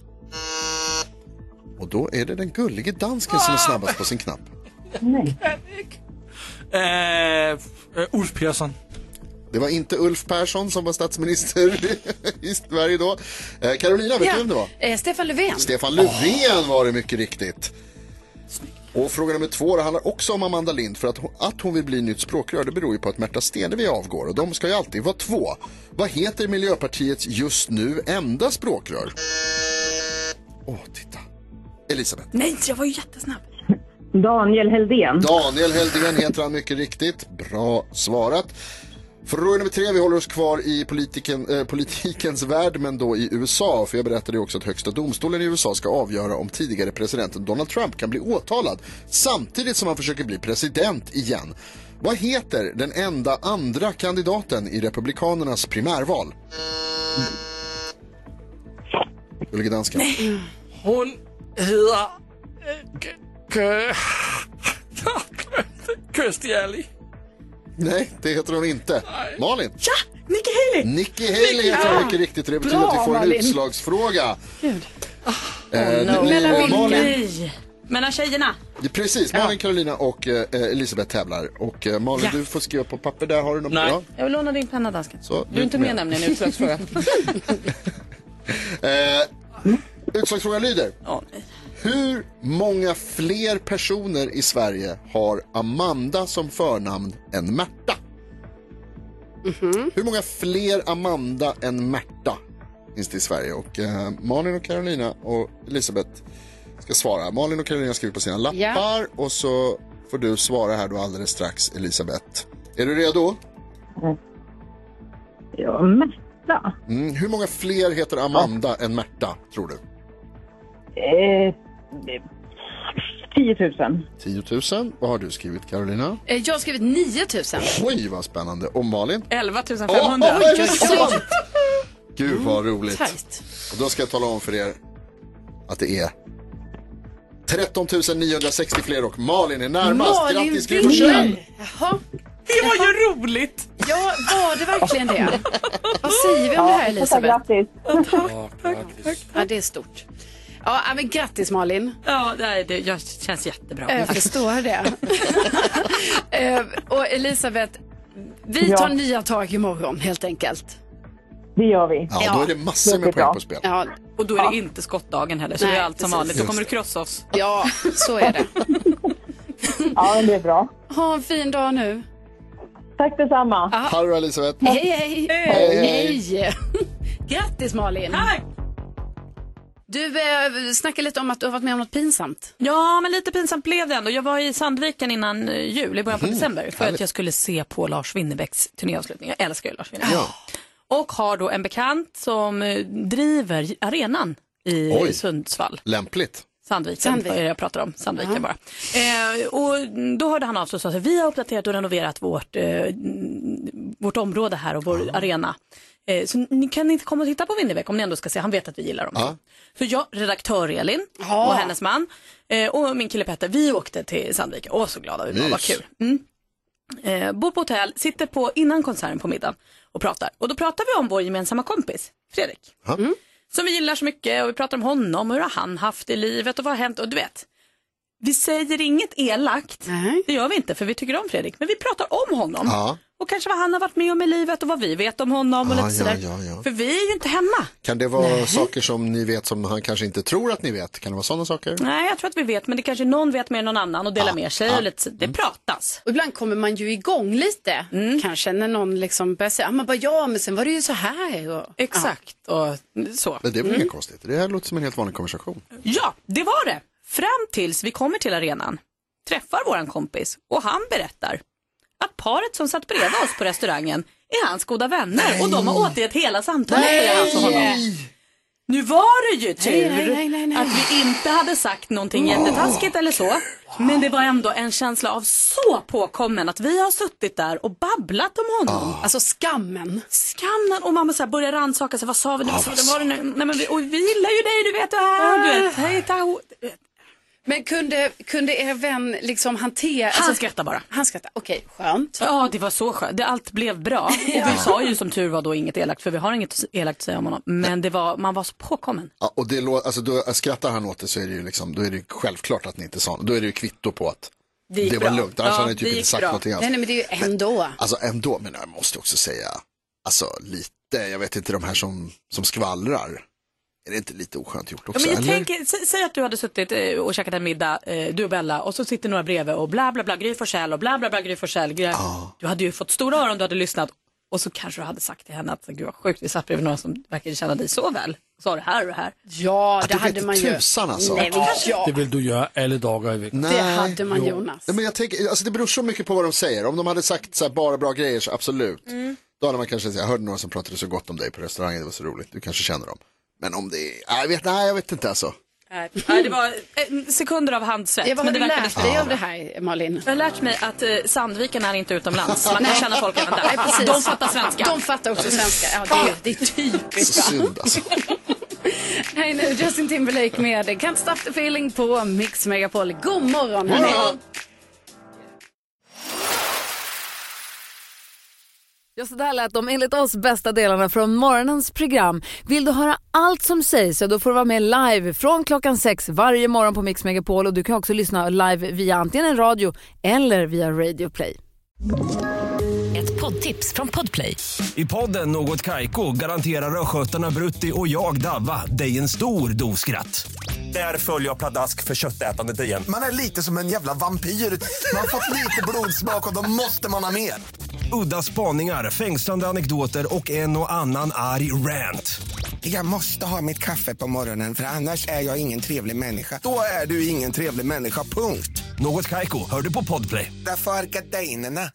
Speaker 3: Och då är det den gullige dansken som är snabbast på sin knapp.
Speaker 5: Nej. Uh, uh, Ulf Persson.
Speaker 3: Det var inte Ulf Persson som var statsminister i Sverige då. Eh, Carolina, vet
Speaker 2: ja.
Speaker 3: du vem det var?
Speaker 2: Eh, Stefan Löfven.
Speaker 3: Stefan Löfven var det mycket riktigt. Och fråga nummer två, det handlar också om Amanda Lind. För att hon, att hon vill bli nytt språkrör, det beror ju på att Märta Stenevi avgår. Och de ska ju alltid vara två. Vad heter Miljöpartiets just nu enda språkrör? Åh, oh, titta. Elisabeth.
Speaker 4: Nej, jag var ju jättesnabb.
Speaker 18: Daniel Heldén.
Speaker 3: Daniel Heldén heter han mycket riktigt. Bra svarat. Fråga nummer tre, vi håller oss kvar i politiken, eh, politikens värld men då i U S A. För jag berättade ju också att högsta domstolen i U S A ska avgöra om tidigare presidenten Donald Trump kan bli åtalad samtidigt som han försöker bli president igen. Vad heter den enda andra kandidaten i republikanernas primärval? Ulrika Dansken.
Speaker 5: Nej. Hon heter Kirstie Alley.
Speaker 3: Nej, det heter hon inte. Nej. Malin.
Speaker 4: Ja, Nikki Haley.
Speaker 3: Nikki Haley heter hon mycket riktigt. Det betyder Bra, att vi får en Malin. utslagsfråga.
Speaker 4: Gud. Oh,
Speaker 3: eh,
Speaker 4: no.
Speaker 3: Malin.
Speaker 4: Malin. Mellan tjejerna.
Speaker 3: Ja, precis, Malin, ja. Carolina och eh, Elisabeth tävlar. Och eh, Malin, ja. du får skriva på papper där. Har du något
Speaker 4: Nej.
Speaker 3: bra?
Speaker 4: Jag vill låna din penna, dansken.
Speaker 3: Så,
Speaker 4: du är inte med, med nämligen i utslagsfrågan.
Speaker 3: eh, utslagsfrågan lyder.
Speaker 4: Oh, nej.
Speaker 3: Hur många fler personer i Sverige har Amanda som förnamn än Märta?
Speaker 2: Mm-hmm.
Speaker 3: Hur många fler Amanda än Märta finns det i Sverige? Och eh, Malin och Carolina och Elisabeth ska svara. Malin och Carolina skriver på sina lappar yeah. och så får du svara här då alldeles strax, Elisabeth. Är du redo?
Speaker 18: Ja, Märta.
Speaker 3: Mm, hur många fler heter Amanda ja. än Märta, tror du?
Speaker 18: Eh... tio tusen.
Speaker 3: tio tusen. Vad har du skrivit, Carolina?
Speaker 2: Jag har skrivit nio tusen.
Speaker 3: Oj, vad spännande. Och Malin?
Speaker 4: elva tusen femhundra.
Speaker 3: Oh, oh, oh, oh. Gud, vad roligt.
Speaker 2: Tajt.
Speaker 3: Och då ska jag tala om för er att det är tretton tusen niohundrasextio fler och Malin är närmast.
Speaker 2: Malin
Speaker 3: Grattis, Gry Forssell.
Speaker 2: Jaha.
Speaker 4: Det var ju roligt.
Speaker 2: Ja, var det verkligen det? Vad säger vi om ja, det här, Elisabeth?
Speaker 18: Grattis.
Speaker 4: Tack, tack, tack.
Speaker 2: Ja, det är stort. Ja, men grattis Malin.
Speaker 4: Ja, det, det jag känns jättebra.
Speaker 2: Jag förstår det. Och Elisabeth, vi tar ja. nya tag imorgon helt enkelt.
Speaker 18: Det gör vi.
Speaker 3: Ja, då är det massor med poäng på spel.
Speaker 2: Ja.
Speaker 4: Och då är det ja. inte skottdagen heller, så Nej, det är allt som vanligt. Då kommer du krossa oss.
Speaker 2: Ja, så är det.
Speaker 18: Ja, det är bra.
Speaker 2: Ha en fin dag nu.
Speaker 18: Tack detsamma.
Speaker 3: Ha det bra, Elisabeth.
Speaker 2: Hej, hej.
Speaker 3: Hej, hej.
Speaker 2: hej. Grattis Malin.
Speaker 4: Tack.
Speaker 2: Du eh, snackade lite om att du har varit med om något pinsamt.
Speaker 4: Ja, men lite pinsamt blev det ändå. Jag var i Sandviken innan jul, i början på mm, december. För härligt. Att jag skulle se på Lars Winnerbäcks turnéavslutning. Jag älskar ju Lars Winnerbäck. Ja. Och har då en bekant som driver arenan i Oj. Sundsvall.
Speaker 3: Lämpligt.
Speaker 4: Sandviken, Sandviken. Jag pratar om Sandviken uh-huh. bara. Eh, och då hörde han av sig och sa att vi har uppdaterat och renoverat vårt, eh, vårt område här och vår uh-huh. arena. Eh, så ni kan inte komma och titta på Winnerbäck om ni ändå ska se. Han vet att vi gillar dem. Uh-huh. Så jag, redaktör Elin uh-huh. och hennes man eh, och min kille Petter, vi åkte till Sandviken. Åh, så glada vi var, vad kul. Mm. Eh, bor på hotell, sitter på innan konserten på middagen och pratar. Och då pratar vi om vår gemensamma kompis, Fredrik. Uh-huh. Mm. Som vi gillar så mycket och vi pratar om honom och hur har han haft i livet och vad har hänt. Och du vet, vi säger inget elakt, uh-huh. det gör vi inte för vi tycker om Fredrik. Men vi pratar om honom. Uh-huh. och kanske vad han har varit med om i livet och vad vi vet om honom och
Speaker 3: ah,
Speaker 4: lite
Speaker 3: ja,
Speaker 4: sådär.
Speaker 3: ja, ja.
Speaker 4: För vi är ju inte hemma.
Speaker 3: Kan det vara Nej. saker som ni vet som han kanske inte tror att ni vet? Kan det vara sådana saker?
Speaker 4: Nej, jag tror att vi vet, men det kanske någon vet mer än någon annan och delar ah, med sig ah. och lite, det mm. pratas.
Speaker 2: Och ibland kommer man ju igång lite, mm. kanske när någon liksom börjar säga, ah, man bara, ja men sen var det ju så här. Och,
Speaker 4: Exakt, ah. och så.
Speaker 3: Men det är väl
Speaker 4: mm.
Speaker 3: inget konstigt, det här låter som en helt vanlig konversation.
Speaker 4: Ja, det var det. Fram tills vi kommer till arenan, träffar våran kompis och han berättar att paret som satt bredvid oss på restaurangen är hans goda vänner. Nej. Och de har återgett hela samtalet. Nej. Nu var det ju tur nej, nej, nej, nej. att vi inte hade sagt någonting oh. jättetaskigt eller så. Men det var ändå en känsla av så påkommen att vi har suttit där och babblat om honom.
Speaker 2: Oh. Alltså skammen.
Speaker 4: Skammen. Och mamma så här börjar rannsaka sig. Vad sa vi nu? Oh, vad var det nu? Nej, men vi, och vi gillar ju dig, du vet. Det här. Du vet. Hej, ta,
Speaker 2: Men kunde, kunde er vän liksom hantera...
Speaker 4: Han
Speaker 2: alltså,
Speaker 4: skrattade bara.
Speaker 2: Han skrattade, okej, okay, skönt.
Speaker 4: Ja, det var så skönt. Det, allt blev bra. Och vi sa ju som tur var då inget elakt, för vi har inget elakt att säga om honom. Men det var, man var så påkommen.
Speaker 3: Ja, och det lå, alltså, då skrattar han åt det så är det ju liksom, då är det ju självklart att ni inte sa. Då är det ju kvitto på att det, det var lugnt. Annars ja, hade ni typ inte sagt bra. någonting alls.
Speaker 2: Nej, nej, men det är ju ändå.
Speaker 3: Men, alltså ändå, men jag måste också säga, alltså lite, jag vet inte, de här som, som skvallrar. Är det inte lite oskönt gjort också?
Speaker 4: Ja, men jag tänker, sä, säg att du hade suttit och käkat en middag, eh, du och Bella, och så sitter några bredvid och bla bla bla, Gry Forssell och bla bla bla, Gry Forssell. Ah. Du hade ju fått stora öron, du hade lyssnat och så kanske du hade sagt till henne att gud vad sjukt, vi satt bredvid några som verkar känna dig så väl. Så det här och det här.
Speaker 2: Ja, det, det hade man ju.
Speaker 3: Tusan, alltså.
Speaker 2: Nej, ja.
Speaker 5: Det vill du göra alla dagar i veckan.
Speaker 2: Det hade man, Jonas.
Speaker 3: Nej, men jag tänker, alltså det beror så mycket på vad de säger. Om de hade sagt så här, bara bra grejer så absolut. Mm. Då hade man kanske sagt, jag hörde några som pratade så gott om dig på restaurangen, det var så roligt. Du kanske känner dem. Men om det är, jag vet, nej jag vet inte alltså.
Speaker 4: Nej, det var sekunder av handsvett.
Speaker 2: Ja, vad har
Speaker 4: men
Speaker 2: du
Speaker 4: det
Speaker 2: lärt dig av det här, Malin?
Speaker 4: Jag har lärt mig att eh, Sandviken är inte utomlands. Man kan känna folk även där. Nej, precis. De fattar svenska.
Speaker 2: De fattar också svenska. Ja, det är, det är typiskt.
Speaker 3: Så synd alltså.
Speaker 2: Hej nu, Justin Timberlake med Can't Stop the Feeling på Mix Megapol. God morgon, hörni.
Speaker 1: Ja, så där lät de enligt oss bästa delarna från morgonens program. Vill du höra allt som sägs så då får du vara med live från klockan sex varje morgon på Mix Megapol. Och du kan också lyssna live via antingen en radio eller via Radio Play.
Speaker 16: Ett poddtips från Podplay.
Speaker 19: I podden Något Kaiko garanterar röskötarna Brutti och jag Davva dig en stor doskratt. Där följer jag pladask för köttätandet igen.
Speaker 20: Man är lite som en jävla vampyr. Man har fått lite blodsmak och då måste man ha mer.
Speaker 19: Udda spaningar, fängslande anekdoter och en och annan arg rant.
Speaker 20: Jag måste ha mitt kaffe på morgonen för annars är jag ingen trevlig människa. Då är du ingen trevlig människa, punkt.
Speaker 19: Något Kaiko, hör du på Podplay.
Speaker 20: Därför är gardinerna.